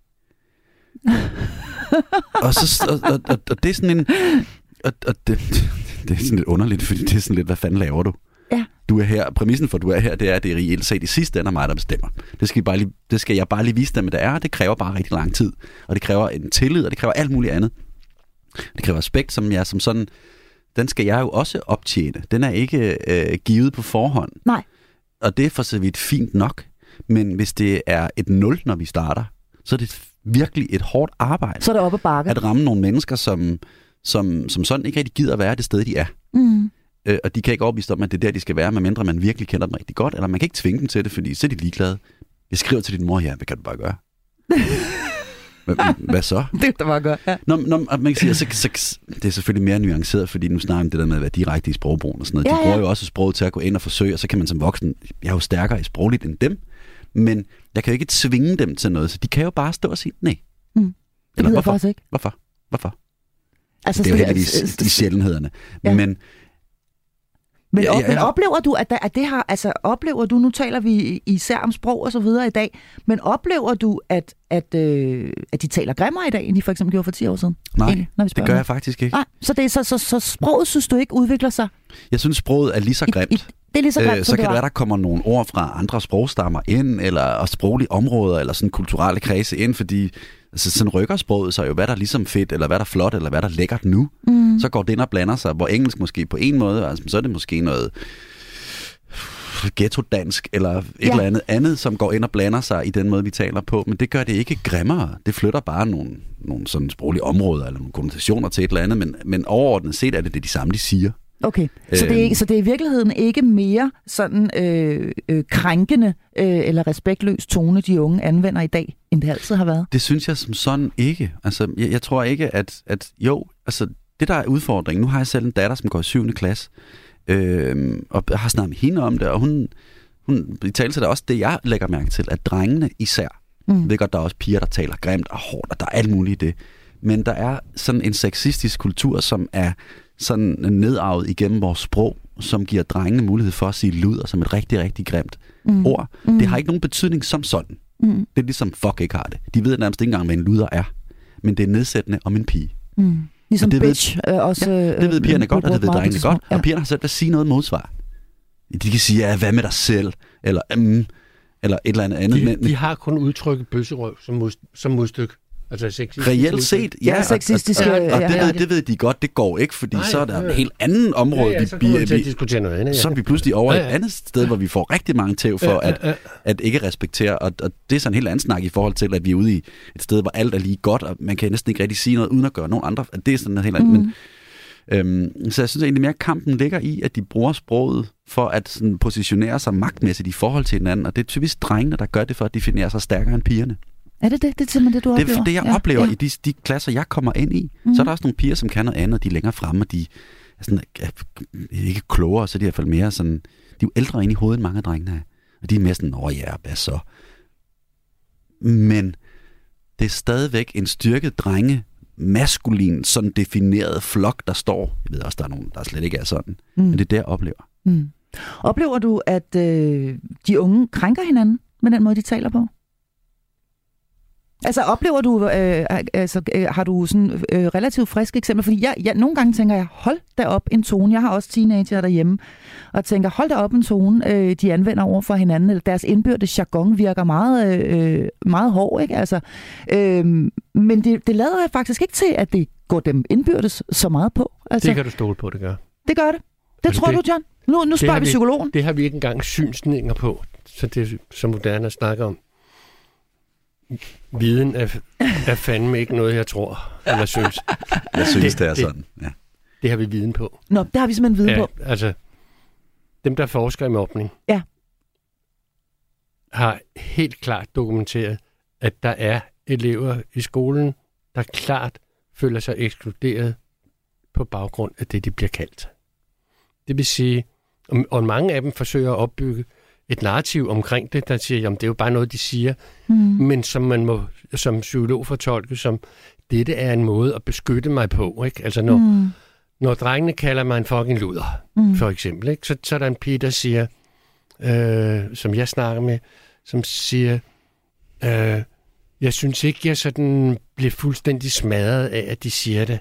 og, så, og, og, og, og det er sådan en... Og, og det, det er sådan lidt underligt, fordi det er sådan lidt, hvad fanden laver du? Ja. Du er her, præmissen for, at du er her, det er, at det er reelt set i sidste ende af mig, der bestemmer. Det skal, bare lige, det skal jeg bare lige vise dem, hvad det er, og det kræver bare rigtig lang tid. Og det kræver en tillid, og det kræver alt muligt andet. Det kræver respekt, som jeg som sådan, den skal jeg jo også optjene. Den er ikke øh, givet på forhånd. Nej. Og det er for så vidt fint nok. Men hvis det er et nul, når vi starter, så er det virkelig et hårdt arbejde. Så er det op ad bakke. At ramme nogle mennesker, som, som, som sådan ikke rigtig gider at være det sted, de er. Mm. Øh, og de kan ikke overbevise om, at det er der, de skal være, medmindre man virkelig kender dem rigtig godt. Eller man kan ikke tvinge dem til det, fordi så er de ligeglade. Jeg skriver til din mor, ja, hvad kan du bare gøre? Hvad, hvad så? Det kan du bare gøre, ja. Nå, nå, man kan sige, så, så, det er selvfølgelig mere nuanceret, fordi nu snakker vi det der med at være direkte i sprogbrugen og sådan noget. Ja, de bruger ja. jo også sproget til at gå ind og forsøge, og så kan man som voksen, jeg er jo stærkere i sprogligt end dem, men jeg kan jo ikke tvinge dem til noget, så de kan jo bare stå og sige nej. Mm. Det Eller hvorfor? hvorfor? Faktisk ikke. Hvorfor? Hvorfor? Altså, Det er jo skal- heldigvis altså, de sjældenhederne. Ja. Men Men, Ja, op, ja, men ja. oplever du, at, der, at det har, altså oplever du, nu taler vi især om sprog og så videre i dag, men oplever du, at, at, øh, at de taler grimmere i dag, end de for eksempel gjorde for ti år siden? nej, Egentlig, når vi det spørger gør dem? jeg faktisk ikke. Nej, så, det er, så, så, så sproget, synes du ikke, udvikler sig? Jeg synes, sproget er lige så I, grimt. i, det er lige så grimt, Øh, som så kan det det var. være, der kommer nogle ord fra andre sprogstammer ind, eller og sproglige områder, eller sådan kulturelle kredse ind, fordi altså, sådan rykker sproget sig jo, hvad der er ligesom fedt, eller hvad der er flot, eller hvad der er lækkert nu. Mm. Så går det ind og blander sig, hvor engelsk måske på en måde, altså, så er det måske noget ghetto-dansk, eller et Ja. eller andet andet, som går ind og blander sig i den måde, vi taler på, men det gør det ikke grimmere. Det flytter bare nogle, nogle sådan sproglige områder, eller nogle konnotationer til et eller andet, men, men overordnet set er det det, de samme, de siger. Okay, så, det er, Øhm. ikke- så det er i virkeligheden ikke mere sådan øh, øh, krænkende øh, eller respektløs tone, de unge anvender i dag, end det altid har været? Det synes jeg som sådan ikke. Altså, jeg, jeg tror ikke, at, at jo, altså, det der er udfordringen, nu har jeg selv en datter, som går i syvende klasse, øh, og jeg har snakket med hende om det, og hun, hun i tale til det også det, jeg lægger mærke til, at drengene især, Mm. jeg ved godt, der er også piger, der taler grimt og hårdt, og der er alt muligt i det, men der er sådan en sexistisk kultur, som er sådan nedarvet igennem vores sprog, som giver drengene mulighed for at sige luder som et rigtig, rigtig grimt Mm. ord. Mm. Det har ikke nogen betydning som sådan. Mm. Det er ligesom fuck ikke har det. De ved nærmest ikke engang, hvad en luder er. Men det er nedsættende om en pige. Mm. Ligesom Og det ved- bitch øh, også. Ja, det ved pigerne øh, godt, og det ved meget drengene på godt. ja. Og pigerne har selv at sige noget modsvar. De kan sige, ja, hvad med dig selv? Eller, mm, eller et eller andet andet. De, men, de har kun udtrykket bøsserøv som, mod, som modstykke. Altså sexistisk reelt udtryk. set, Ja, ja. og- sexistiske, og, og, og ja, det, ja. ved, det ved de godt, det går ikke, fordi Nej, så er der ja. et helt andet område. Ja, ja, vi, så kommer vi til at vi, diskutere noget andet. Ja. så er vi pludselig over Ja, et ja. andet sted, hvor vi får rigtig mange tæv for Ja, at, ja, ja. at ikke respektere. Og, og det er sådan en helt anden snak i forhold til, at vi er ude i et sted, hvor alt er lige godt, og man kan næsten ikke rigtig sige noget, uden at gøre nogen andre. Det er sådan en helt anden. Mm. Men, øhm, så jeg synes egentlig mere, at kampen ligger i, at de bruger sproget for at sådan, positionere sig magtmæssigt i forhold til hinanden. Og det er typisk drengene, der gør det for at definere sig stærkere end pigerne. Er det det? Det er simpelthen det, du Det oplever? er det, jeg ja. oplever ja. i de, de klasser, jeg kommer ind i. Mhm. Så er der også nogle piger, som kan noget andet, de er længere fremme, og de er sådan, er ikke klogere, så de er i hvert fald mere sådan, de er jo ældre inde i hovedet, mange af drengene er. Og de er mere sådan, åh ja, hvad så? Men det er stadigvæk en styrket drenge, maskulin, sådan defineret flok, der står. Jeg ved også, der er nogen, der slet ikke er sådan. Mm. Men det er det, jeg oplever. Mm. Oplever du, at øh, de unge krænker hinanden med den måde, de taler på? Altså oplever du, øh, altså, øh, har du sådan øh, relativt friske eksempler? Fordi jeg, jeg, nogle gange tænker jeg, hold da op en tone. Jeg har også teenager derhjemme, og tænker, hold da op en tone, øh, de anvender over for hinanden. Eller deres indbyrdes jargon virker meget, øh, meget hård, ikke? Altså, øh, men det, det lader jeg faktisk ikke til, at det går dem indbyrdes så meget på. Altså, Det kan du stole på, det gør. det gør det. Det Altså, tror det- du, John? Nu, nu spørger har vi vi- psykologen. Det har vi ikke engang synsninger på, så det er så moderne at snakke om. Viden er, er fandme ikke noget, jeg tror, eller synes. Jeg synes, Det- det, det er det- sådan. Ja. Det har vi viden på. Nå, det har vi simpelthen viden Ja, på. altså, dem, der forsker i mobning, Ja. har helt klart dokumenteret, at der er elever i skolen, der klart føler sig ekskluderet på baggrund af det, de bliver kaldt. Det vil sige, og- og mange af dem forsøger at opbygge et narrativ omkring det, der siger, jamen det er jo bare noget, de siger, Mm. men som man må som psykolog fortolke som, dette er en måde at beskytte mig på, ikke? Altså når, Mm. når drengene kalder mig en fucking luder, Mm. for eksempel, ikke? Så, så er der en pige, der siger, øh, som jeg snakker med, som siger, øh, jeg synes ikke, jeg sådan bliver fuldstændig smadret af, at de siger det.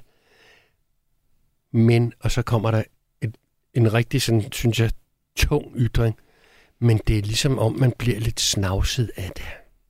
Men, og så kommer der et, en rigtig, sådan, synes jeg, tung ytring. Men det er ligesom om, man bliver lidt snavset af det.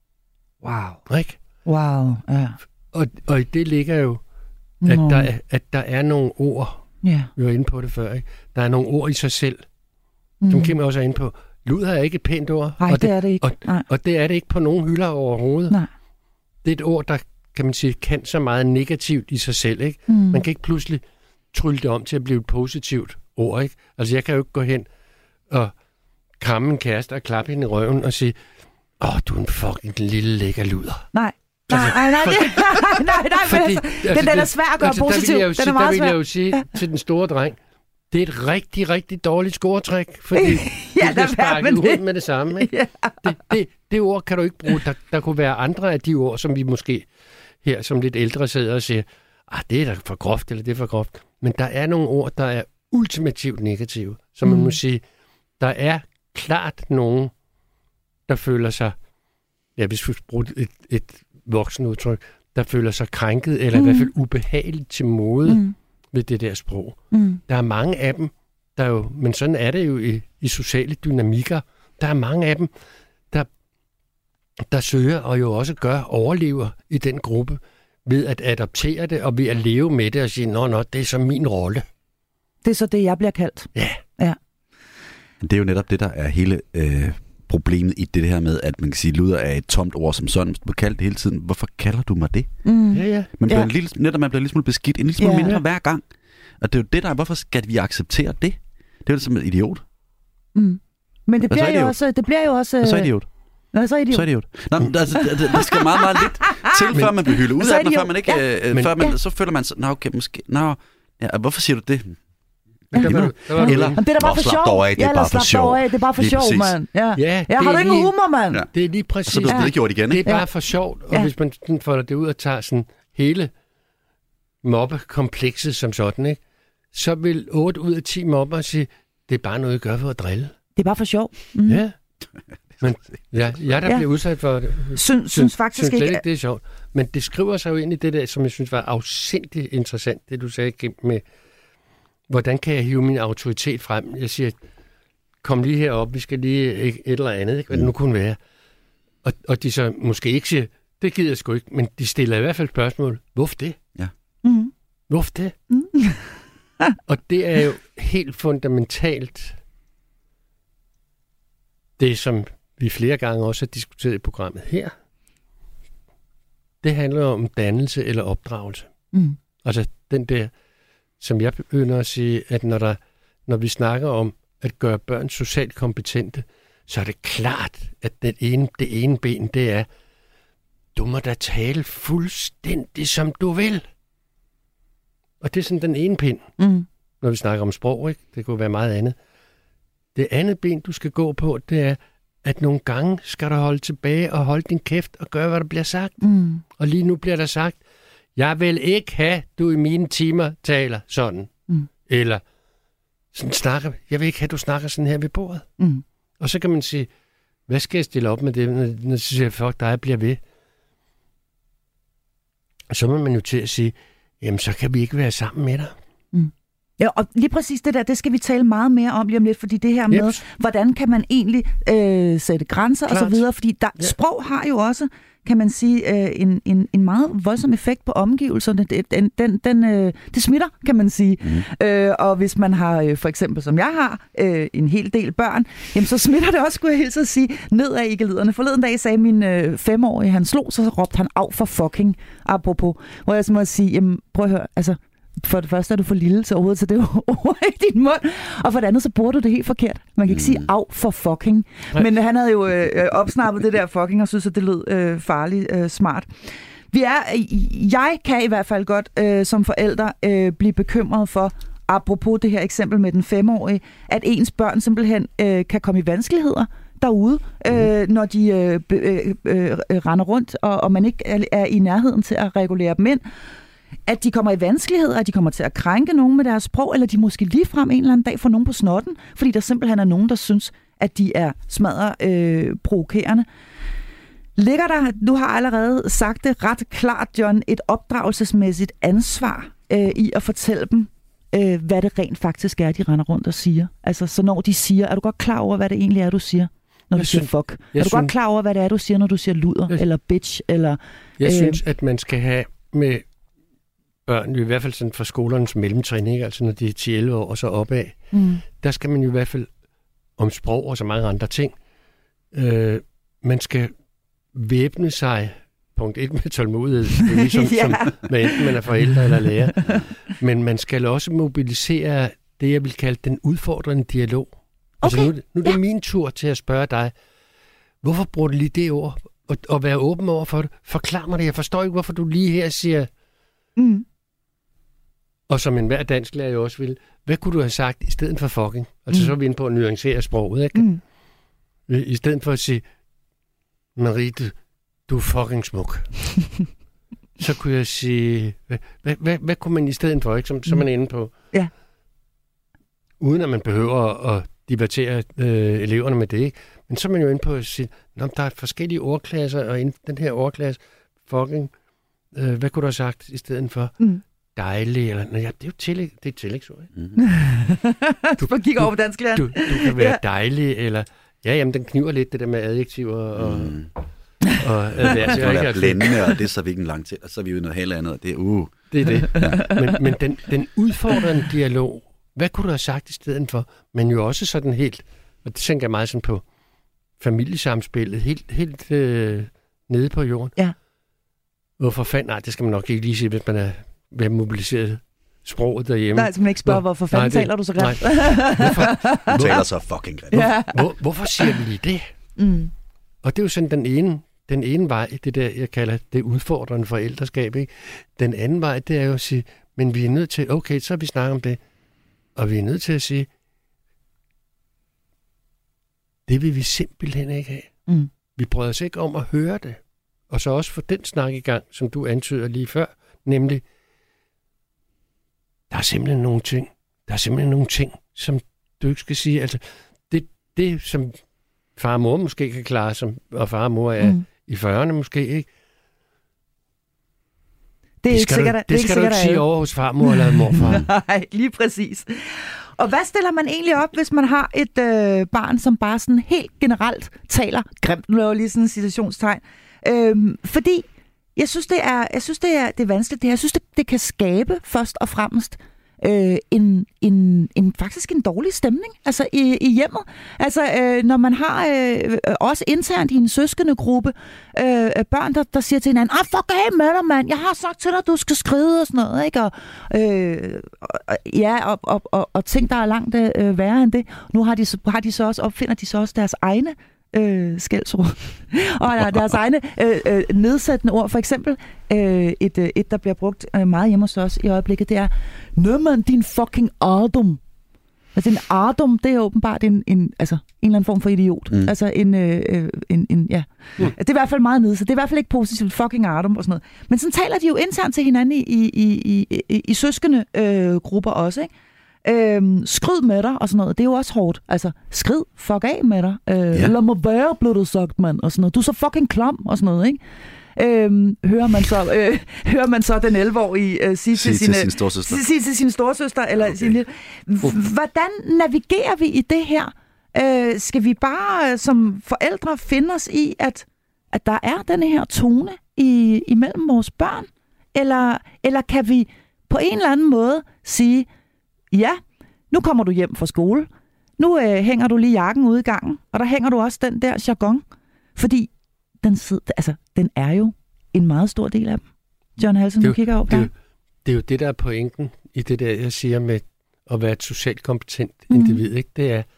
Wow. Ikke? Wow, ja. Og, og i det ligger jo, at, Nå. der er, at der er nogle ord, Ja. vi var inde på det før, ikke? Der er nogle ord i sig selv, Mm. som Kim også er inde på. Luder er ikke et pænt ord. Nej, og det er det ikke. Og, Nej. og det er det ikke på nogen hylder overhovedet. Nej. Det er et ord, der kan man sige, kan så meget negativt i sig selv. Ikke? Mm. Man kan ikke pludselig trylle det om til at blive et positivt ord. Ikke? Altså jeg kan jo ikke gå hen og kramme en kæreste og klappe hende i røven og sige, åh, oh, du er en fucking lille lækker luder. Nej. Nej, nej, nej, det, nej, nej, nej, Fordi, men altså, den, den er svær at gøre altså, positiv. Der vil jeg jo Den sige, er meget der vil svær. jeg jo sige Ja. til den store dreng, det er et rigtig, rigtig dårligt scoretræk, fordi Ja, du lad bliver være sparket med det. ud med det samme. Ikke? Ja. Det, det, det ord kan du ikke bruge. Der, der kunne være andre af de ord, som vi måske her som lidt ældre sidder og siger, ah, det er da for groft, eller det er for groft. Men der er nogle ord, der er ultimativt negative. Så man Mm. må sige, der er klart nogen, der føler sig, ja, hvis vi bruger et, et voksenudtryk, der føler sig krænket, eller Mm. i hvert fald ubehageligt til mode Mm. ved det der sprog. Mm. Der er mange af dem, der jo, men sådan er det jo i, i sociale dynamikker. Der er mange af dem, der, der søger og jo også gør, overlever i den gruppe ved at adoptere det og ved at leve med det og sige, nå, nå, det er så min rolle. Det er så det, jeg bliver kaldt. Ja. Ja. Det er jo netop det, der er hele øh, problemet i det her med, at man kan sige, at luder er et tomt ord som sådan. Du kalder det hele tiden. Hvorfor kalder du mig det? Mm. Ja, ja. Man bliver Ja. en lille, netop man bliver en lille smule beskidt, en lille smule Ja. mindre hver gang. Og det er jo det, der er, hvorfor skal vi acceptere det? Det er jo som en idiot. Mm. Men det Og så bliver er det jo jo- også... Det bliver jo også... Og så er idiot. Nå, så er idiot. Så er idiot. Nå, men altså, der, der skal meget, meget lidt til, før man bliver hyldet ud Så er af den, og idiot. før man ikke... Ja. Øh, Men- før man, Ja. så føler man sig, nå, okay, måske... Nå, ja, og hvorfor siger du det? Der var du, der var du Eller- inde. Men det er da bare Nå, for slap sjov. dog af, det er Ja, bare eller for slap sjov. dog af, det er bare for Lige sjov, præcis. mand. Ja. Ja, Ja, det har du er ikke lige- humor, mand? Ja. Det er lige Og så præcis. bliver det Ja. gjort igen, Det er ikke? bare Ja. for sjovt, og Ja. hvis man sådan folder det ud og tager sådan hele mobbekomplekset som sådan, ikke? Så vil otte ud af ti mobber sige, det er bare noget, jeg gør for at drille. Det er bare for sjov. Mm. Ja. Men ja, jeg der Ja. bliver udsat for det. Synes, synes faktisk synes slet ikke... ikke, det er sjovt. Men det skriver sig jo ind i det der, som jeg synes var afsindigt interessant, det du sagde, Kim, med, hvordan kan jeg hive min autoritet frem? Jeg siger, kom lige herop, vi skal lige et, et eller andet, ikke? Hvad det nu kunne være. Og, og de så måske ikke siger, det gider jeg sgu ikke, men de stiller i hvert fald spørgsmål, hvorfor det? Mm. Hvorfor det? Mm. Og det er jo helt fundamentalt det, som vi flere gange også har diskuteret i programmet her. Det handler om dannelse eller opdragelse. Mm. Altså den der, som jeg begynder at sige, at når, der, når vi snakker om at gøre børn socialt kompetente, så er det klart, at det ene, det ene ben, det er, du må da tale fuldstændig som du vil. Og det er sådan den ene pind, Mm. når vi snakker om sprog, ikke? Det kunne være meget andet. Det andet ben, du skal gå på, det er, at nogle gange skal du holde tilbage og holde din kæft og gøre, hvad der bliver sagt. Mm. Og lige nu bliver der sagt, jeg vil ikke have, du i mine timer taler sådan. Mm. Eller sådan snakker, jeg vil ikke have, du snakker sådan her ved bordet. Mm. Og så kan man sige, hvad skal jeg stille op med det, når, når jeg siger, fuck dig, jeg bliver ved. Og så må man jo til at sige, jamen så kan vi ikke være sammen med dig. Ja, og lige præcis det der, det skal vi tale meget mere om lige om lidt, fordi det her med, Jeps. hvordan kan man egentlig øh, sætte grænser og så Klart. videre, fordi der, Ja. sprog har jo også, kan man sige, øh, en, en, en meget voldsom effekt på omgivelserne. Det, den, den, den, øh, det smitter, kan man sige. Mm. Øh, og hvis man har, øh, for eksempel som jeg har, øh, en hel del børn, jamen så smitter det også, skulle jeg hilse at sige, nedad i geliderne. Forleden dag sagde min øh, femårige, han slog, så råbte han af for fucking, apropos. Hvor jeg så må sige, jamen prøv at høre, altså, for det første er du for lille til overhovedet til det ord i din mund, og for det andet så bruger du det helt forkert. Man kan ikke mm. sige af for fucking. Nej. Men han havde jo øh, opsnappet det der fucking, og synes, at det lød øh, farligt øh, smart. Vi er, jeg kan i hvert fald godt øh, som forælder øh, blive bekymret for, apropos det her eksempel med den femårige, at ens børn simpelthen øh, kan komme i vanskeligheder, derude, mm. øh, når de øh, øh, øh, render rundt, og, og man ikke er, er i nærheden til at regulere dem ind. At de kommer i vanskeligheder, at de kommer til at krænke nogen med deres sprog, eller de måske ligefrem en eller anden dag får nogen på snotten, fordi der simpelthen er nogen, der synes, at de er smadret øh, provokerende. Ligger der, du har allerede sagt det ret klart, John, et opdragelsesmæssigt ansvar øh, i at fortælle dem, øh, hvad det rent faktisk er, de render rundt og siger. Altså, så når de siger, er du godt klar over, hvad det egentlig er, du siger, når jeg du synes, siger fuck? Er du synes, godt klar over, hvad det er, du siger, når du siger luder, jeg, eller bitch, eller... Jeg øh, synes, at man skal have med børn, i hvert fald sådan fra skolernes mellemtrin, ikke? Altså når de er ti elleve år og så opad, mm. der skal man jo i hvert fald om sprog og så mange andre ting. Øh, man skal væbne sig, punkt et, med tålmodighed, ligesom ja. som, hvad enten man er forældre eller lærer. Men man skal også mobilisere det, jeg vil kalde den udfordrende dialog. Okay. Altså nu, nu er det ja. min tur til at spørge dig, hvorfor bruger du lige det ord? Og, og være åben over for det. Forklar mig det. Jeg forstår ikke, hvorfor du lige her siger... Mm. Og som enhver dansk lærer jo også vil, hvad kunne du have sagt i stedet for fucking? Altså mm. så er vi inde på at nuancere sproget, ikke? Mm. I stedet for at sige, Marie, du, du er fucking smuk. Så kunne jeg sige, hvad, hvad, hvad, hvad kunne man i stedet for, ikke? Som, mm. så er man inde på. Ja. Uden at man behøver at debattere øh, eleverne med det, ikke? Men så er man jo inde på at sige, der er forskellige ordklasser, og inden den her ordklasse, fucking, øh, hvad kunne du have sagt i stedet for? Mm. Dejlig, eller ja, det er jo tillæg, det er et tillægsord. Mm. du får kigge over på dansk lærer. Du, du kan være ja. dejlig, eller ja, jamen den kniver lidt, det der med adjektiver og... Mm. og adverser. Det er blændende, og det er så vi ikke en lang til, og så er vi jo noget helt andet, og det er uh. Det er det. Ja. Men, men den, den udfordrende dialog, hvad kunne du have sagt i stedet for? Men jo også sådan helt, og det tænker jeg meget sådan på familiesamspillet, helt, helt øh, nede på jorden. Ja. Hvorfor fanden? Nej, det skal man nok ikke lige sige, hvis man er ved at mobilisere sproget derhjemme. Nej, så man ikke spørger, hvorfor fanden nej, det, taler du så grimt? Hvorfor? Du taler så fucking grimt. Ja. Hvor, hvorfor siger vi lige det? Mm. Og det er jo sådan den ene, den ene vej, det der, jeg kalder det udfordrende forældreskab, ikke? Den anden vej, det er jo at sige, men vi er nødt til, okay, så har vi snakket om det, og vi er nødt til at sige, det vil vi simpelthen ikke have. Mm. Vi prøver os ikke om at høre det. Og så også få den snak i gang, som du antyder lige før, nemlig, der er simpelthen nogle ting, der er simpelthen nogle ting, som du ikke skal sige. Altså, det, det som far og mor måske kan klare, som, og far og mor er mm. i fyrrerne måske, ikke? Det er det ikke sikkert, du, det, det det skal sikkert, du ikke sige over hos farmor eller morfar. Nej, lige præcis. Og hvad stiller man egentlig op, hvis man har et øh, barn, som bare sådan helt generelt taler grimt? Nu laver jeg lige sådan en citationstegn. Øhm, fordi jeg synes, det er, jeg synes, det er, det er vanskeligt. Det, jeg synes, det, det kan skabe først og fremmest øh, en, en, en faktisk en dårlig stemning altså i, i hjemmet. Altså øh, når man har øh, også internt i en søskendegruppe øh, børn, der, der siger til hinanden, ah, fuck af med dig, mand. Jeg har sagt til dig, at du skal skride og sådan noget, ikke? Og, øh, og, ja, og, og, og, og ting, der er langt øh, værre end det. Nu har de, har de så også, opfinder de så også deres egne Øh, skældsord. Og der er deres egne øh, øh, nedsættende ord. For eksempel øh, et, øh, et, der bliver brugt øh, meget hjemme hos os i øjeblikket, det er, nømmeren din fucking ardum. Altså en ardum, det er åbenbart en, en, altså, en eller anden form for idiot. Mm. Altså en, øh, en, en ja. Mm. Altså, det er i hvert fald meget nedsættende. Det er i hvert fald ikke positivt, fucking ardum og sådan noget. Men sådan taler de jo internt til hinanden i, i, i, i, i søskende øh, grupper også, ikke? Øhm, skrid med dig og sådan noget. Det er jo også hårdt. Altså, skrid, fuck af med dig. Øh, ja. Lad mig være, blev du sagt, mand. Og sådan noget. Du er så fucking klam og sådan noget, ikke? Øhm, hører, man så, øh, hører man så den elleve-årige øh, sige til, til sin storsøster, sige til sin storsøster eller okay. sin lille. Hvordan navigerer vi i det her? Øh, skal vi bare øh, som forældre finde os i, at, at der er denne her tone i, imellem vores børn? Eller, eller kan vi på en eller anden måde sige, ja, nu kommer du hjem fra skole. Nu øh, hænger du lige jakken ude i gangen, og der hænger du også den der jargon. Fordi den, sidder, altså, den er jo en meget stor del af dem. John Halsen, du kigger op det, det, det er jo det, der er pointen i det der, jeg siger med at være et socialt kompetent mm. individ. Ikke? Det er,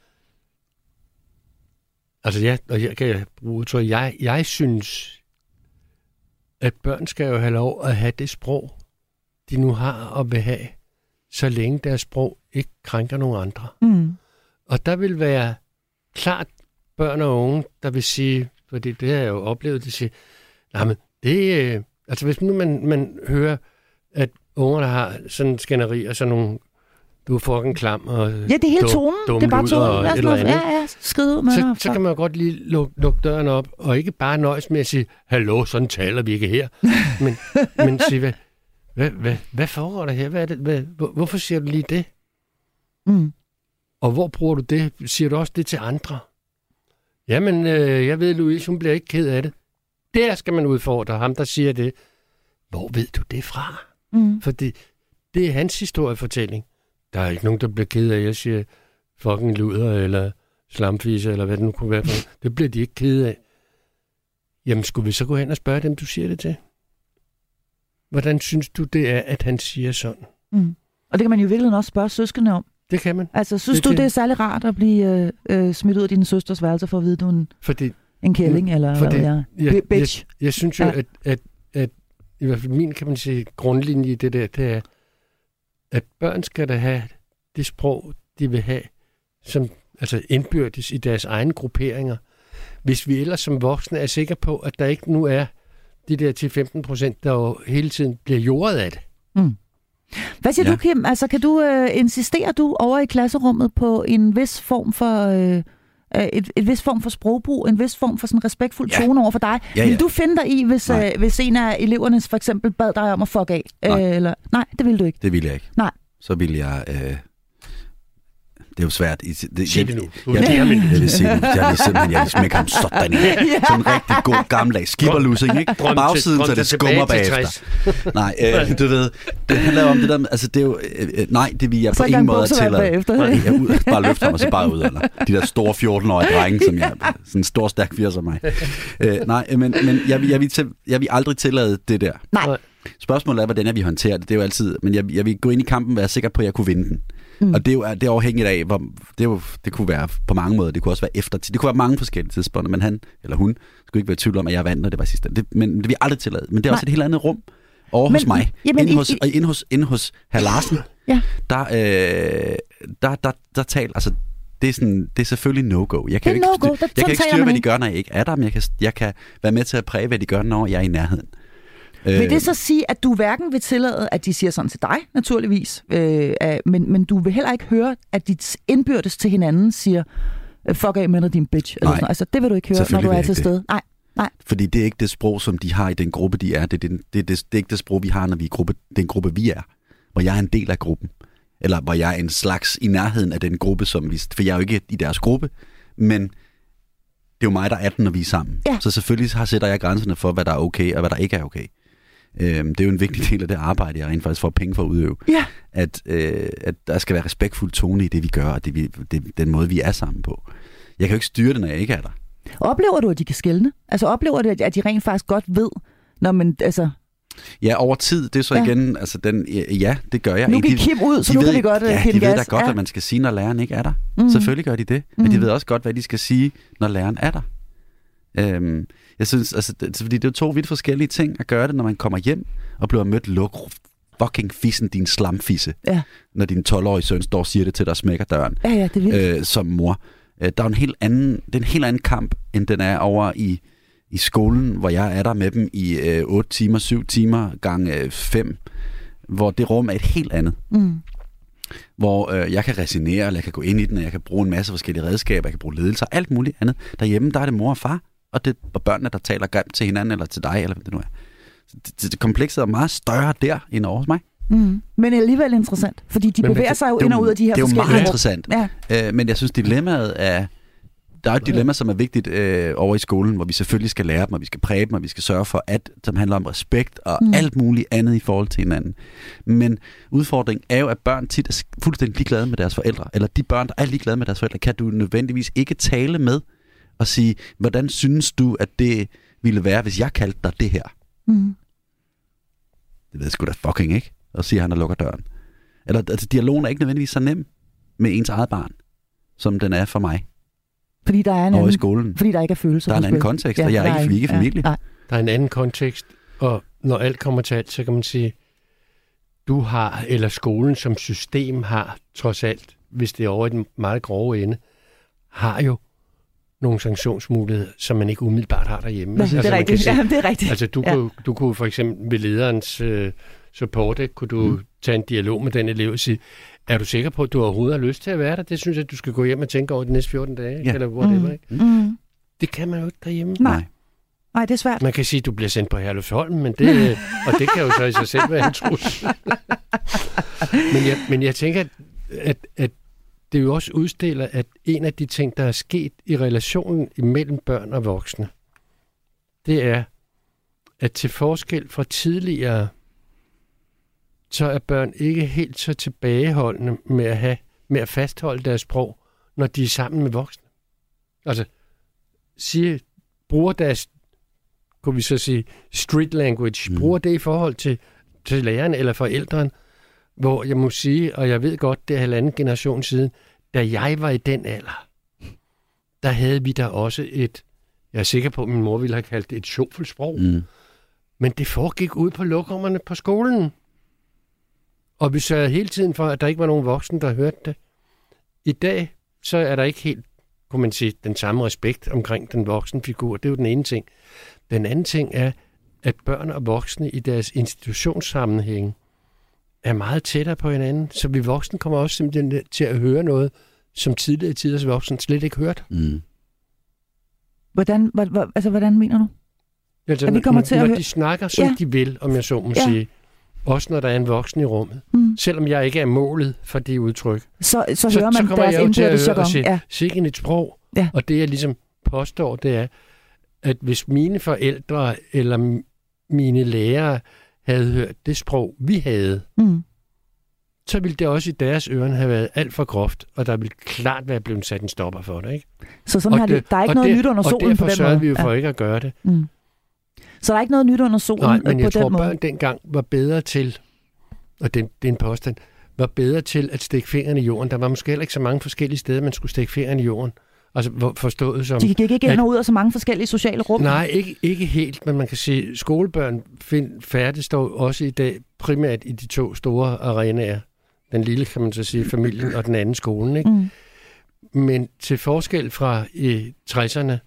altså ja, og jeg kan bruge udtryk, jeg, jeg synes, at børn skal jo have lov at have det sprog, de nu har og vil have, så længe deres sprog ikke krænker nogen andre. Mm. Og der vil være klart børn og unge, der vil sige, fordi det har jeg jo oplevet, de siger, nej, men det er, altså hvis nu man, man hører, at ungerne har sådan en skænderi og sådan nogle, du er fucking klam og ja, det er hele tonen. Det er bare tonen. Et eller andet. Ja, ja, skrid ud med så, så kan man godt lige lukke luk døren op, og ikke bare nøjes med at sige, hallo, sådan taler vi ikke her. men, men sige, hvad, hvad, hvad, hvad foregår der her? Hvad er det? Hvad, hvor, hvorfor siger du lige det? Mm. Og hvor bruger du det? Siger du også det til andre? Jamen, øh, jeg ved, Louise, hun bliver ikke ked af det. Der skal man udfordre ham, der siger det. Hvor ved du det fra? Mm. Fordi det er hans historiefortælling. Der er ikke nogen, der bliver ked af, at jeg siger fucking luder, eller slamfise, eller hvad det nu kunne være for. Det bliver de ikke ked af. Jamen, skulle vi så gå hen og spørge dem, du siger det til? Hvordan synes du, det er, at han siger sådan? Mm. Og det kan man jo i virkeligheden også spørge søskende om. Det kan man. Altså, synes det du, kan... det er særlig rart at blive øh, smidt ud af din søsters værelse for at vide, du er en, fordi, en kælling, eller fordi, hvad jeg, jeg, bitch? Jeg, jeg synes jo, ja. at, at, at i hvert fald min, kan man sige, grundlinje i det der, det er, at børn skal da have det sprog, de vil have, som altså indbyrdes i deres egne grupperinger. Hvis vi ellers som voksne er sikre på, at der ikke nu er de der til femten procent, der jo hele tiden bliver jordet af det. Mm. Hvad siger ja. du, Kim? Altså, kan du øh, insistere du over i klasserummet på en vis form for øh, et, et vis form for sprogbrug, en vis form for sådan respektfuld ja. tone over for dig? Ja, ja. Vil du finde dig i, hvis, øh, hvis en af eleverne for eksempel bad dig om at fuck af? Nej. Øh, eller, nej, det vil du ikke. Det vil jeg ikke. Nej. Så vil jeg... Øh... Det er jo svært. Det, sig det nu. Jeg, jeg, jeg, jeg, jeg vil sige det. Jeg vil simpelthen jeg vil smække ham sådan i. Sådan en rigtig god gammeldags skipperlussing, ikke? Bagsiden, så det skummer bagefter. Nej, øh, du ved, det handler jo om det der, altså det er jo, øh, nej, det vil jeg på ingen måde tillade. Jeg ud, bare løfter ham og så bare ud, eller de der store fjorten-årige drenge, som jeg, sådan en stor, stærk fyr som mig. Øh, nej, men, men jeg, vil, jeg, vil til, jeg vil aldrig tillade det der. Nej. Spørgsmålet er, hvordan jeg vil håndtere det. Det er jo altid, men jeg, jeg vil gå ind i kampen og være sikker på, at jeg kunne vinde den. Mm. Og det er jo det er afhængigt af, hvor, det, er jo, det kunne være på mange måder, det kunne også være efter, det kunne være mange forskellige tidspunkter, men han eller hun skulle ikke være i tvivl om, at jeg vandt, og det var sidste. Det, men det vil jeg aldrig tillade. Men det er Nej. også et helt andet rum over men, hos mig. Jamen, inde hos, i, og inde hos, inde hos herr Larsen, ja. der, øh, der, der, der taler, altså det er, sådan, det er selvfølgelig no-go. Jeg kan, ikke, no-go. jeg kan ikke styre, hvad de gør, når jeg ikke er der, men jeg kan, jeg kan være med til at præge, hvad de gør, når jeg er i nærheden. Vil det så sige, at du hverken vil tillade, at de siger sådan til dig, naturligvis, øh, men, men du vil heller ikke høre, at de indbyrdes til hinanden siger, fuck af med dig, din bitch. Eller sådan. Altså, det vil du ikke høre, når du er til stede. Nej, nej. Fordi det er ikke det sprog, som de har i den gruppe, de er. Det er, det, det, det, det er ikke det sprog, vi har, når vi er gruppe, den gruppe, vi er. Hvor jeg er en del af gruppen. Eller hvor jeg er en slags i nærheden af den gruppe, som vi... For jeg er jo ikke i deres gruppe, men det er jo mig, der er den, når vi er sammen. Ja. Så selvfølgelig har sætter jeg grænserne for, hvad der er okay, og hvad der ikke er okay. Øhm, det er jo en vigtig del af det arbejde, jeg rent faktisk får penge for at udøve. Ja. At, øh, at der skal være respektfuld tone i det, vi gør, og det, vi, det, den måde, vi er sammen på. Jeg kan jo ikke styre det, når jeg ikke er der. Oplever du, at de kan skelne? Altså oplever du, at de rent faktisk godt ved, når man... altså Ja, over tid, det er så ja. igen, altså den, ja, det gør jeg. Nu gik Kim ud, så nu kan vi godt ja, kende de ved gas. da godt, ja. hvad man skal sige, når læreren ikke er der. Mm. Selvfølgelig gør de det, men mm. de ved også godt, hvad de skal sige, når læreren er der. Øhm, jeg synes, altså, det, fordi det er jo to vidt forskellige ting at gøre det, når man kommer hjem og bliver mødt, luk fucking fissen, din slamfisse. Ja. Når din tolv-årige søn står og siger det til dig og smækker døren. Ja, ja, det er vildt. Øh, som mor. Øh, der er en helt anden, det er en helt anden kamp, end den er over i, i skolen, hvor jeg er der med dem i øh, otte timer, syv timer, gange fem, hvor det rum er et helt andet. Mm. Hvor øh, jeg kan resonere, eller jeg kan gå ind i den, og jeg kan bruge en masse forskellige redskaber, jeg kan bruge ledelser, alt muligt andet. Derhjemme, der er det mor og far, og det er børnene, der taler grimt til hinanden, eller til dig, eller hvad det nu er. Det, det, det komplekset er meget større der, end over hos mig. Mm. Men alligevel interessant, fordi de men, bevæger sig jo ind og ud af de her forskellige... Det er jo meget interessant. Ja. Øh, men jeg synes, dilemmaet er... Der er et dilemma, som er vigtigt øh, over i skolen, hvor vi selvfølgelig skal lære dem, og vi skal præge dem, og vi skal sørge for, at som handler om respekt og mm. alt muligt andet i forhold til hinanden. Men udfordringen er jo, at børn tit er fuldstændig ligeglade med deres forældre. Eller de børn, der er ligeglade med deres forældre, kan du nødvendigvis ikke tale med og sige, hvordan synes du, at det ville være, hvis jeg kaldte dig det her? Mm. Det ved jeg sgu da fucking ikke. Og siger han og lukker døren. Eller altså, dialogen er ikke nødvendigvis så nem med ens eget barn, som den er for mig. Fordi der er en anden, i skolen. Fordi der ikke er følelser. Der er en anden kontekst, ja, og jeg er ikke, ikke familie. Ja, der er en anden kontekst, og når alt kommer til alt, så kan man sige, du har, eller skolen som system har, trods alt, hvis det er over i den meget grove ende, har jo nogle sanktionsmuligheder, som man ikke umiddelbart har derhjemme. Ja, altså, det er rigtigt. Sige, ja, det er rigtigt. Altså, du, ja. kunne, du kunne for eksempel ved lederens øh, support, ikke, kunne du mm. tage en dialog med den elev og sige, er du sikker på, at du overhovedet har lyst til at være der? Det synes jeg, at du skal gå hjem og tænke over de næste fjorten dage, ja. eller whatever, mm. ikke? Mm. Det kan man jo ikke derhjemme. Nej. Nej, det er svært. Man kan sige, at du bliver sendt på Herlufsholm, men det, og det kan jo så i sig selv være en trussel. men, jeg, men jeg tænker, at, at det jo også udstiller, at en af de ting, der er sket i relationen imellem børn og voksne, det er, at til forskel fra tidligere, så er børn ikke helt så tilbageholdende med at, have, med at fastholde deres sprog, når de er sammen med voksne. Altså, siger, bruger deres, kunne vi så sige, street language, mm. bruger det i forhold til, til læreren eller forældren, hvor jeg må sige, og jeg ved godt, det er halvanden generation siden, da jeg var i den alder, der havde vi der også et, jeg er sikker på, at min mor ville have kaldt det et sjovfuldsprog, mm. men det foregik ud på lokummerne på skolen. Og vi sørgede hele tiden for, at der ikke var nogen voksne, der hørte det. I dag, så er der ikke helt, kunne man sige, den samme respekt omkring den voksne figur. Det er jo den ene ting. Den anden ting er, at børn og voksne i deres institutionssammenhæng er meget tættere på hinanden, så vi voksne kommer også simpelthen til at høre noget, som tidligere tiders voksne slet ikke hørte. Mm. Hvordan, h- altså, hvordan mener du? Altså, at vi kommer når, til at når høre... de snakker, som ja. de vil, om jeg så må ja. sige. Også når der er en voksen i rummet. Mm. Selvom jeg ikke er målet for det udtryk. Så, så, så hører man så deres indbyrdes jargon. Så ja. sikke et sprog. Ja. Og det jeg ligesom påstår, det er, at hvis mine forældre eller mine lærere havde hørt det sprog, vi havde, mm. så ville det også i deres øren have været alt for groft, og der ville klart være blevet sat en stopper for det, ikke? Så sådan har det, der er ikke noget der, nyt under solen på den måde? Og derfor sørgede vi jo for ja. ikke at gøre det. Mm. Så der er ikke noget nyt under solen på den måde? Nej, men jeg tror, børn dengang var bedre til, og det, det er en påstand, var bedre til at stikke fingrene i jorden. Der var måske heller ikke så mange forskellige steder, man skulle stikke fingrene i jorden. Altså forstået som... De gik ikke ind og ud af så mange forskellige sociale rum? Nej, ikke, ikke helt, men man kan sige, skolebørn find, færdig står også i dag primært i de to store arenaer. Den lille, kan man så sige, familien og den anden skolen, ikke? Mm. Men til forskel fra i tresserne,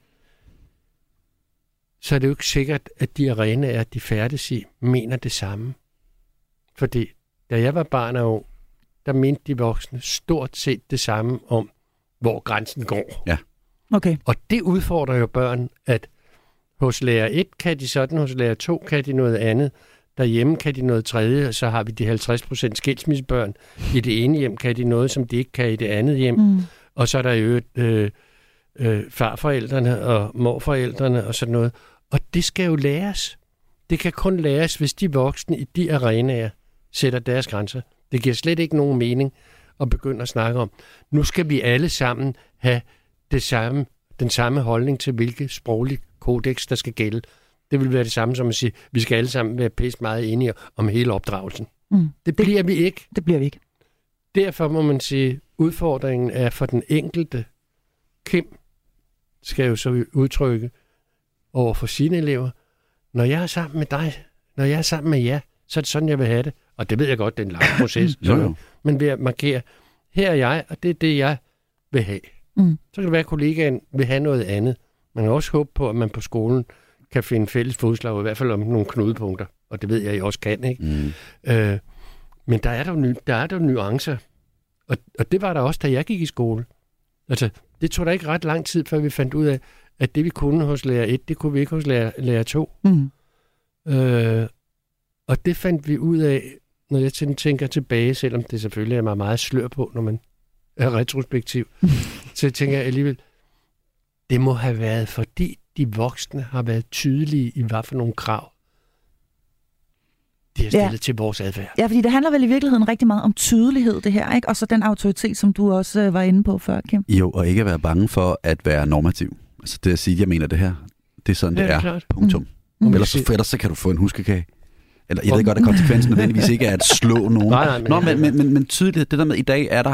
så er det jo ikke sikkert, at de arenaer, de færdes i, mener det samme. Fordi da jeg var barn og ung, der mente de voksne stort set det samme om, hvor grænsen går. Ja. Okay. Og det udfordrer jo børn, at hos lærer et kan de sådan, hos lærer to kan de noget andet, derhjemme kan de noget tredje, og så har vi de halvtreds procent skilsmissebørn. I det ene hjem kan de noget, som de ikke kan i det andet hjem. Mm. Og så er der jo øh, øh, farforældrene og morforældrene og sådan noget. Og det skal jo læres. Det kan kun læres, hvis de voksne i de arenaer sætter deres grænser. Det giver slet ikke nogen mening at begynde at snakke om. Nu skal vi alle sammen have det samme, den samme holdning til, hvilket sproglig kodex, der skal gælde. Det vil være det samme som at sige, at vi skal alle sammen være pæst meget enige om hele opdragelsen. Mm. Det bliver det, vi ikke. Det bliver vi ikke. Derfor må man sige, at udfordringen er for den enkelte. Kim skal jo så udtrykke over for sine elever, når jeg er sammen med dig, når jeg er sammen med jer, så er det sådan, jeg vil have det. Og det ved jeg godt, det er en lang proces. jo, jo. Men ved at markere, her er jeg, og det er det, jeg vil have. Mm. Så kan det være, at kollegaen vil have noget andet. Man kan også håbe på, at man på skolen kan finde fælles fodslag, i hvert fald om nogle knudepunkter. Og det ved jeg, I også kan, ikke? Mm. Øh, men der er der jo, der er der jo nuancer. Og, og det var der også, da jeg gik i skole. Altså, det tog da ikke ret lang tid, før vi fandt ud af, at det, vi kunne hos lærer et, det kunne vi ikke hos lærer, lærer to. Mm. Øh, og det fandt vi ud af, når jeg tænker tilbage, selvom det selvfølgelig er mig meget slør på, når man er retrospektiv, så tænker jeg alligevel, det må have været, fordi de voksne har været tydelige i, hvad for nogle krav, de har stillet ja. til vores adfærd. Ja, fordi det handler vel i virkeligheden rigtig meget om tydelighed, det her, ikke? Og så den autoritet, som du også øh, var inde på før, Kim. Jo, og ikke at være bange for at være normativ. Altså det at sige, jeg mener det her, det er sådan, det, det er. Klart. Punktum. Mm. Ellers, så, ellers så kan du få en huskekage. Eller jeg ved godt, at konsekvensen nødvendigvis ikke er at slå nogen. nej, nej, men, Nå, men, men, men, men tydeligt, det der med, i dag er der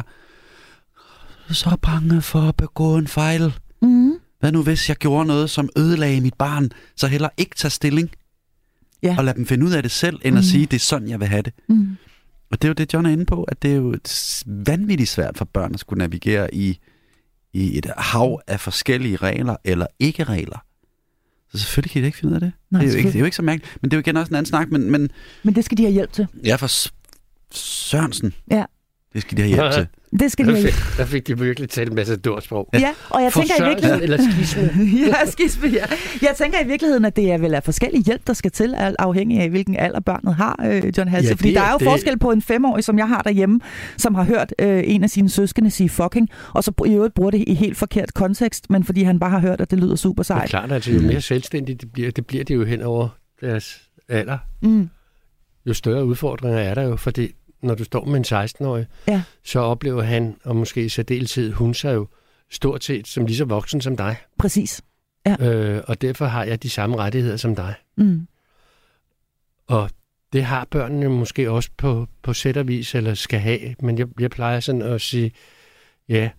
så bange for at begå en fejl. Mm. Hvad nu hvis jeg gjorde noget, som ødelagde mit barn, så heller ikke tage stilling. Ja. Og lad dem finde ud af det selv, end mm. at sige, det er sådan, jeg vil have det. Mm. Og det er jo det, John er inde på, at det er jo vanvittigt svært for børn at skulle navigere i, i et hav af forskellige regler eller ikke-regler. Så selvfølgelig kan I ikke finde ud af det. Nej, det, er jo ikke, det er jo ikke så mærkeligt. Men det er jo igen også en anden snak. Men, men, men det skal de have hjælp til. Ja, for Sørensen. Ja. Det skal de have hjælp til. Det skal de have hjælp. Der fik de virkelig talt en masse dordsprog. Ja, og jeg for tænker i virkeligheden... eller skisme. ja, skisme, ja. Jeg tænker i virkeligheden, at det er vel af forskellige hjælp, der skal til, afhængig af, hvilken alder børnet har, øh, John Halse. Ja, fordi der er jo det... forskel på en femårig, som jeg har derhjemme, som har hørt øh, en af sine søskende sige fucking, og så i øvrigt bruger det i helt forkert kontekst, men fordi han bare har hørt, at det lyder super sejt. Det er klart, altså jo mere selvstændigt det bliver, det bliver det jo hen over deres alder. Mm. Jo større udfordringer er der jo, fordi når du står med en seksten-årig, ja. så oplever han, og måske i særdeleshed hun, sig jo stort set som lige så voksen som dig. Præcis. Ja. Øh, og derfor har jeg de samme rettigheder som dig. Mm. Og det har børnene måske også på, på sæt og vis, eller skal have. Men jeg, jeg plejer sådan at sige, ja,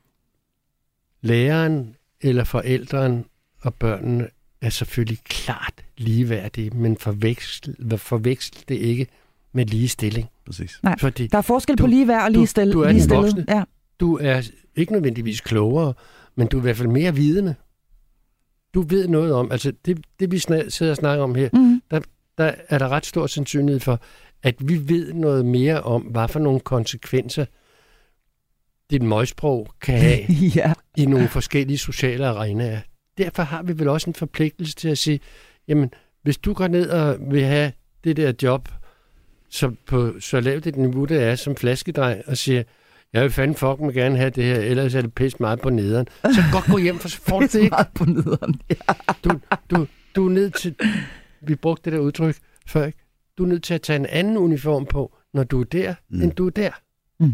læreren eller forældren og børnene er selvfølgelig klart ligeværdige, men forveksl, forveksl det ikke med ligestilling. Præcis. Nej, fordi der er forskel du, på ligeværd og ligestilling. Du, du er den voksne. Ja. Du er ikke nødvendigvis klogere, men du er i hvert fald mere vidende. Du ved noget om, altså det, det vi sidder og snakker om her, mm. der, der er der ret stor sandsynlighed for, at vi ved noget mere om, hvad for nogle konsekvenser dit møgsprog kan have ja. i nogle forskellige sociale arenaer. Derfor har vi vel også en forpligtelse til at sige, jamen, hvis du går ned og vil have det der job, så på så lavt et niveau det er som flaskedreng, og siger, jeg vil fandme fuck mig gerne have det her, ellers er det pisse meget på nederen. Så godt gå hjem, for så får du det ikke. meget på nederen, ja. du, du, du er nødt til, vi brugte det der udtryk før, ikke? Du er nødt til at tage en anden uniform på, når du er der, mm. end du er der. Mm.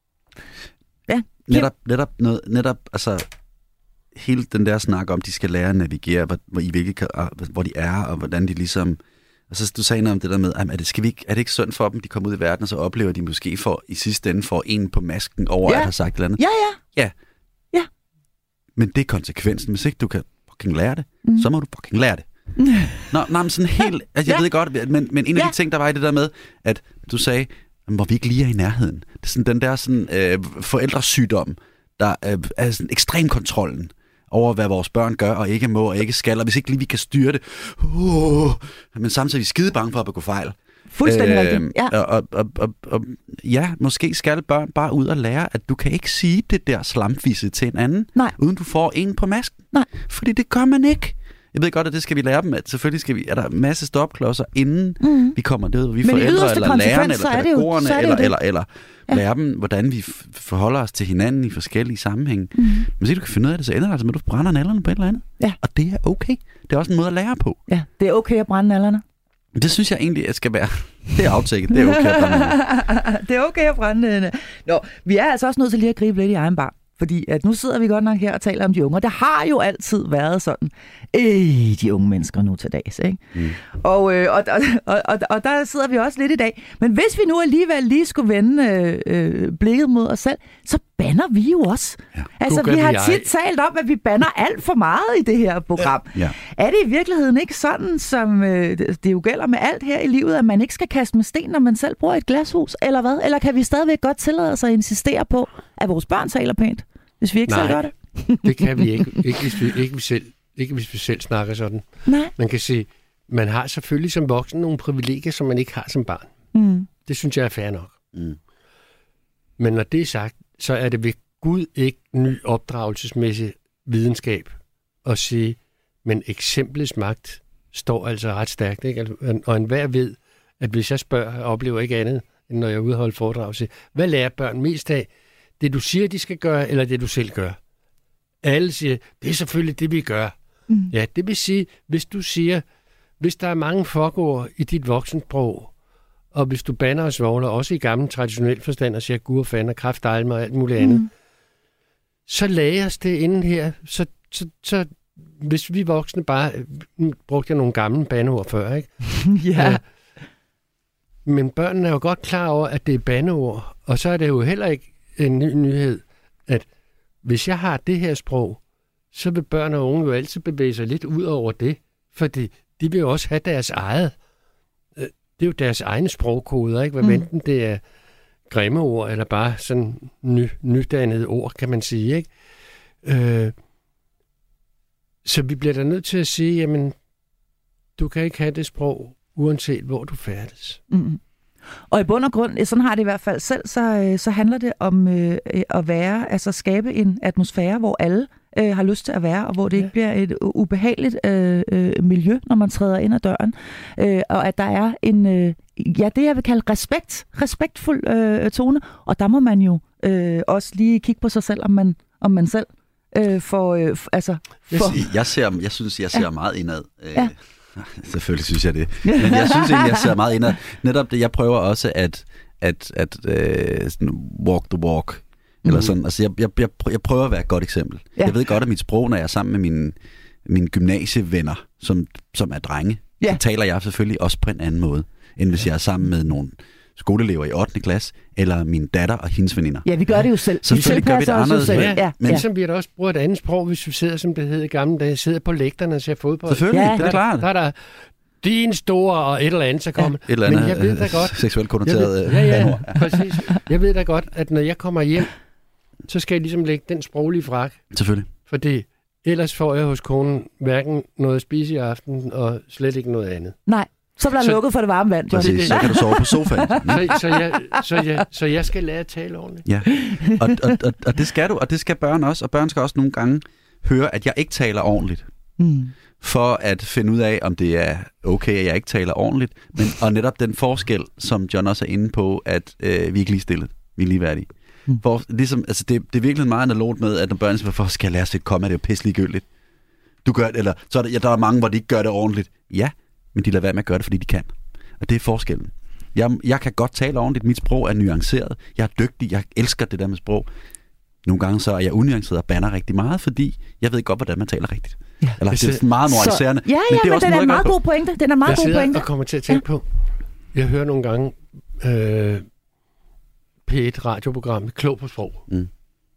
Ja. Netop, netop, noget, netop, altså, hele den der snak om, de skal lære at navigere, hvor, hvor, i hvilke, hvor de er, og hvordan de ligesom... Altså, du sagde noget om det der med, er det, skal vi ikke, er det ikke synd for dem, de kommer ud i verden, og så oplever de måske for, i sidste ende får en på masken over ja. at have sagt et eller andet? Ja, ja. Ja. Ja. Men det er konsekvensen. Hvis ikke du kan fucking lære det, mm. så må du fucking lære det. Mm. Nå, nej, men sådan helt... Altså, jeg ja. ved godt, men, men en af ja. de ting, der var i det der med, at du sagde, hvor vi ikke lige er i nærheden. Det er sådan den der sådan, øh, forældresygdom, der øh, er sådan ekstremkontrollen over, hvad vores børn gør og ikke må og ikke skal, og hvis ikke lige vi kan styre det. Uh, men samtidig er vi skide bange for at begå fejl. Fuldstændig øh, rigtigt, ja. Og, og, og, og ja, måske skal børn bare ud og lære, at du kan ikke sige det der slamfisse til en anden, Nej. uden du får en på masken. Nej. Fordi det gør man ikke. Jeg ved godt, at det skal vi lære dem, at selvfølgelig skal vi, er der en masse stopklodser, inden mm. vi kommer ned, vi forældre, eller lærerne, eller pædagogerne, eller, eller, eller ja. lære dem, hvordan vi forholder os til hinanden i forskellige sammenhænge. Mm. Men hvis du kan finde ud af det, så ender det altså med, at du brænder nallerne på et eller andet. Ja. Og det er okay. Det er også en måde at lære på. Ja, det er okay at brænde nallerne. Det synes jeg egentlig, at skal være. Det er aftækket. Det er okay at brænde nallerne. Det er okay at brænde. Nå, vi er altså også nødt til lige at gribe lidt i egen bar. Fordi at nu sidder vi godt nok her og taler om de unge, og det har jo altid været sådan, øh, de unge mennesker nu til dags, ikke? Mm. Og, øh, og, og, og, og der sidder vi også lidt i dag. Men hvis vi nu alligevel lige skulle vende øh, blikket mod os selv, så banner vi jo også. Ja. Altså, vi har tit talt om, at vi banner alt for meget i det her program. Ja. Ja. Er det i virkeligheden ikke sådan, som øh, det jo gælder med alt her i livet, at man ikke skal kaste med sten, når man selv bruger et glashus, eller hvad? Eller kan vi stadigvæk godt tillade os at insistere på, at vores børn taler pænt? Hvis vi ikke Nej, selv gør det? det kan vi ikke. Ikke hvis vi, ikke, vi selv, ikke hvis vi selv snakker sådan. Nej. Man kan sige, man har selvfølgelig som voksen nogle privilegier, som man ikke har som barn. Mm. Det synes jeg er fair nok. Mm. Men når det er sagt, så er det ved Gud ikke ny opdragelsesmæssig videnskab at sige, men eksemplets magt står altså ret stærkt. Ikke? Og enhver ved, at hvis jeg spørger, jeg oplever ikke andet, end når jeg er ude og holde foredrag, siger, hvad lærer børn mest af? Det, du siger, de skal gøre, eller det, du selv gør? Alle siger, det er selvfølgelig det, vi gør. Mm. Ja, det vil sige, hvis du siger, hvis der er mange fuckord i dit voksensprog, og hvis du banner og svogler, også i gammel traditionel forstand, og siger gur, fanden og kraft, almer og alt muligt andet, mm. så læres det inden her. Så, så, så hvis vi voksne bare, nu brugte jeg nogle gamle bandeord før, ikke? Ja. ja. Men børnene er jo godt klar over, at det er bandeord, og så er det jo heller ikke en ny nyhed, at hvis jeg har det her sprog, så vil børn og unge jo altid bevæge sig lidt ud over det, fordi de vil jo også have deres eget. Det er jo deres egne sprogkoder, ikke? Hvad mm. enten det er grimme ord, eller bare sådan ny, nydannede ord, kan man sige, ikke? Øh, så vi bliver da nødt til at sige, jamen, du kan ikke have det sprog, uanset hvor du færdes. Mm. Og i bund og grund, sådan har det i hvert fald selv, så, så handler det om øh, at være, altså skabe en atmosfære, hvor alle øh, har lyst til at være, og hvor det ja. ikke bliver et ubehageligt øh, øh, miljø, når man træder ind ad døren. Øh, og at der er en, øh, ja, det jeg vil kalde respekt, respektfuld øh, tone, og der må man jo øh, også lige kigge på sig selv, om man, om man selv øh, får, øh, f- altså... For... Jeg, jeg, ser, jeg synes, jeg ser ja. meget indad. Øh, ja. Selvfølgelig synes jeg det. Men jeg synes egentlig, jeg ser meget indad. Netop det, jeg prøver også at, at, at uh, walk the walk. Eller sådan. Altså, jeg, jeg, jeg, jeg prøver at være et godt eksempel. Ja. Jeg ved godt, at mit sprog, når jeg er sammen med mine, mine gymnasievenner, som, som er drenge, ja. så taler jeg selvfølgelig også på en anden måde, end hvis jeg er sammen med nogle skoleelever i ottende klasse, eller min datter og hendes veninder. Ja, vi gør det jo selv. Selvfølgelig gør vi det anderledes. Ja, ja. Men ligesom vi også bruger et andet sprog, hvis vi sidder, som det hed i gamle dage, sidder på lægterne og ser fodbold. Selvfølgelig, ja. det er klart. Der er der din store og et eller andet, så kommer. Ja. Et eller andet men jeg ved da godt, seksuelt konnoteret. Ja, ja, præcis. Jeg ved da godt, at når jeg kommer hjem, så skal jeg ligesom lægge den sproglige frak. Selvfølgelig. Fordi ellers får jeg hos konen hverken noget at spise i aften, og slet ikke noget andet. Nej. Så bliver han lukket for det varme vand. Præcis, så kan du sove på sofaen. så, så, jeg, så, jeg, så jeg skal lære at tale ordentligt. Ja, og, og, og, og det skal du, og det skal børn også. Og børn skal også nogle gange høre, at jeg ikke taler ordentligt. Mm. For at finde ud af, om det er okay, at jeg ikke taler ordentligt. Men, og netop den forskel, som John også er inde på, at øh, vi er ikke lige stillet. Vi er ligeværdige. Mm. For, ligesom, altså det, det er virkelig meget analogt med, at når børn siger, hvorfor skal jeg lære sig et komma, det er jo pisse ligegyldigt. Du gør det, eller så er der, ja, der er mange, hvor de ikke gør det ordentligt. Ja, men de lader være med at gøre det, fordi de kan. Og det er forskellen. Jeg, jeg kan godt tale ordentligt. Mit sprog er nuanceret. Jeg er dygtig. Jeg elsker det der med sprog. Nogle gange så er jeg unuanceret og banner rigtig meget, fordi jeg ved godt, hvordan man taler rigtigt. Ja. Eller det er sådan meget moraliserende. Så, ja, ja, men, det er men den er en meget god pointe. Den er meget jeg god pointe. Jeg og kommer til at tænke ja. på, jeg hører nogle gange øh, P et radioprogram Klog på sprog. Mm.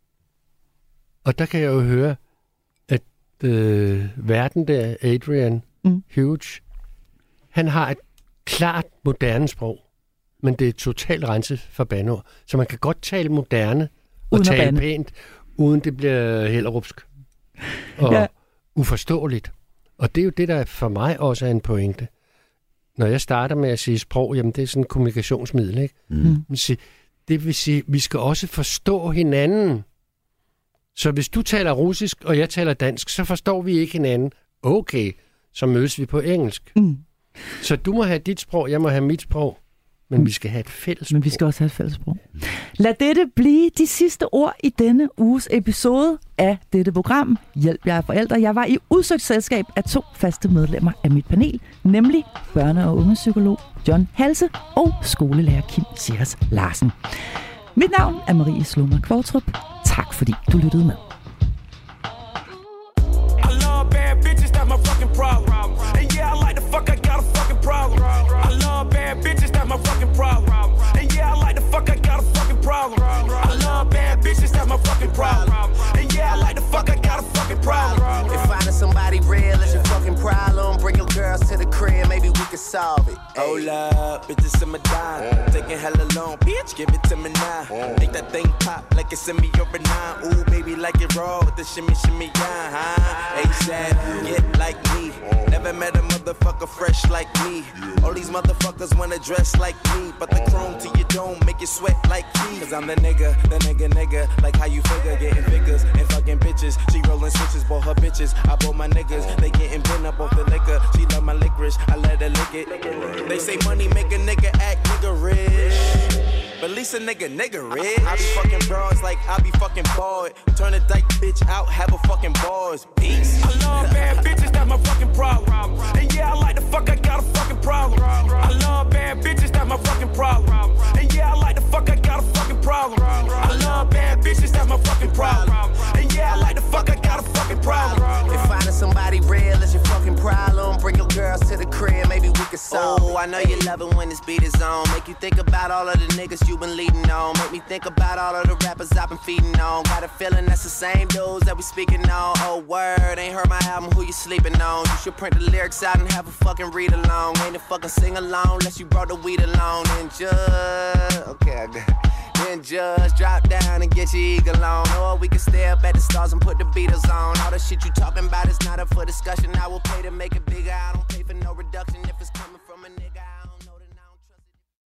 Og der kan jeg jo høre, at øh, verden der, Adrian mm. Hughes, han har et klart moderne sprog, men det er totalt renset for bandeord. Så man kan godt tale moderne og uden tale pænt, uden det bliver hellerupsk og ja. uforståeligt. Og det er jo det, der for mig også er en pointe. Når jeg starter med at sige sprog, jamen det er sådan et kommunikationsmiddel, ikke? Mm. Det vil sige, vi skal også forstå hinanden. Så hvis du taler russisk, og jeg taler dansk, så forstår vi ikke hinanden. Okay, så mødes vi på engelsk. Mm. Så du må have dit sprog, jeg må have mit sprog. Men vi skal have et fælles sprog. Men vi skal også have et fælles sprog. Lad dette blive de sidste ord i denne uges episode af dette program. Hjælp jer forældre. Jeg var i udsøgt selskab af to faste medlemmer af mit panel, nemlig børne- og ungepsykolog John Halse og skolelærer Kim Siers Larsen. Mit navn er Marie Sloma Kvartrup. Tak fordi du lyttede med. Problem. I love bad bitches, that's my fucking problem. And yeah, I like the fuck, I got a fucking problem. I love bad bitches, that's my fucking problem. And yeah, I like the fuck, I got a fucking problem. If finding somebody real is your fucking problem, bring your girls to the crib, maybe we can solve it. Hold up, bitches in my dime. Taking hella long, bitch, give it to me now. Make that thing pop like it's in me or a nine. Ooh, baby, like it raw with the shimmy, shimmy, yeah, huh? ASAP, get like me. Never met a motherfucker fresh like me. All these motherfuckers wanna dress like me, but the chrome to your dome make you sweat like me. Cause I'm the nigga, the nigga, nigga. Like how you figure, getting figures and fucking bitches. She rolling switches, bought her bitches. I bought my niggas, they getting bent up off the liquor. She love my licorice, I let her lick it. They say money make a nigga act nigga rich, but at least a nigga nigga rich. I be fucking bras like I be fucking bored. Turn a dyke bitch out, have a fucking bars. Peace. I love bad bitches, that's my fucking problem. And yeah, I like the fuck, I got a fucking problem. I love bad bitches, that's my fucking problem. And yeah, I like the fuck, I got a fucking problem. I love bad bitches, that's my fucking problem. And yeah, I like the fuck, I got a fucking problem. If finding somebody real is your fucking problem, bring your girls to the crib, maybe we can solve. Oh, I know you love it when this beat is on. Make you think about all of the niggas you been leading on. Make me think about all of the rappers I've been feeding on. Got a feeling that's the same dudes that we speaking on. Oh, word, ain't heard my album, who you sleeping on? You should print the lyrics out and have a fucking read along. Ain't a fucking sing along unless you brought the weed along. And just, okay, I got it. and judge. Drop down and get your eagle on. Or we can stare up at the stars and put the Beatles on. All the shit you talking about is not up for discussion. I will pay to make it bigger. I don't pay for no reduction if it's coming.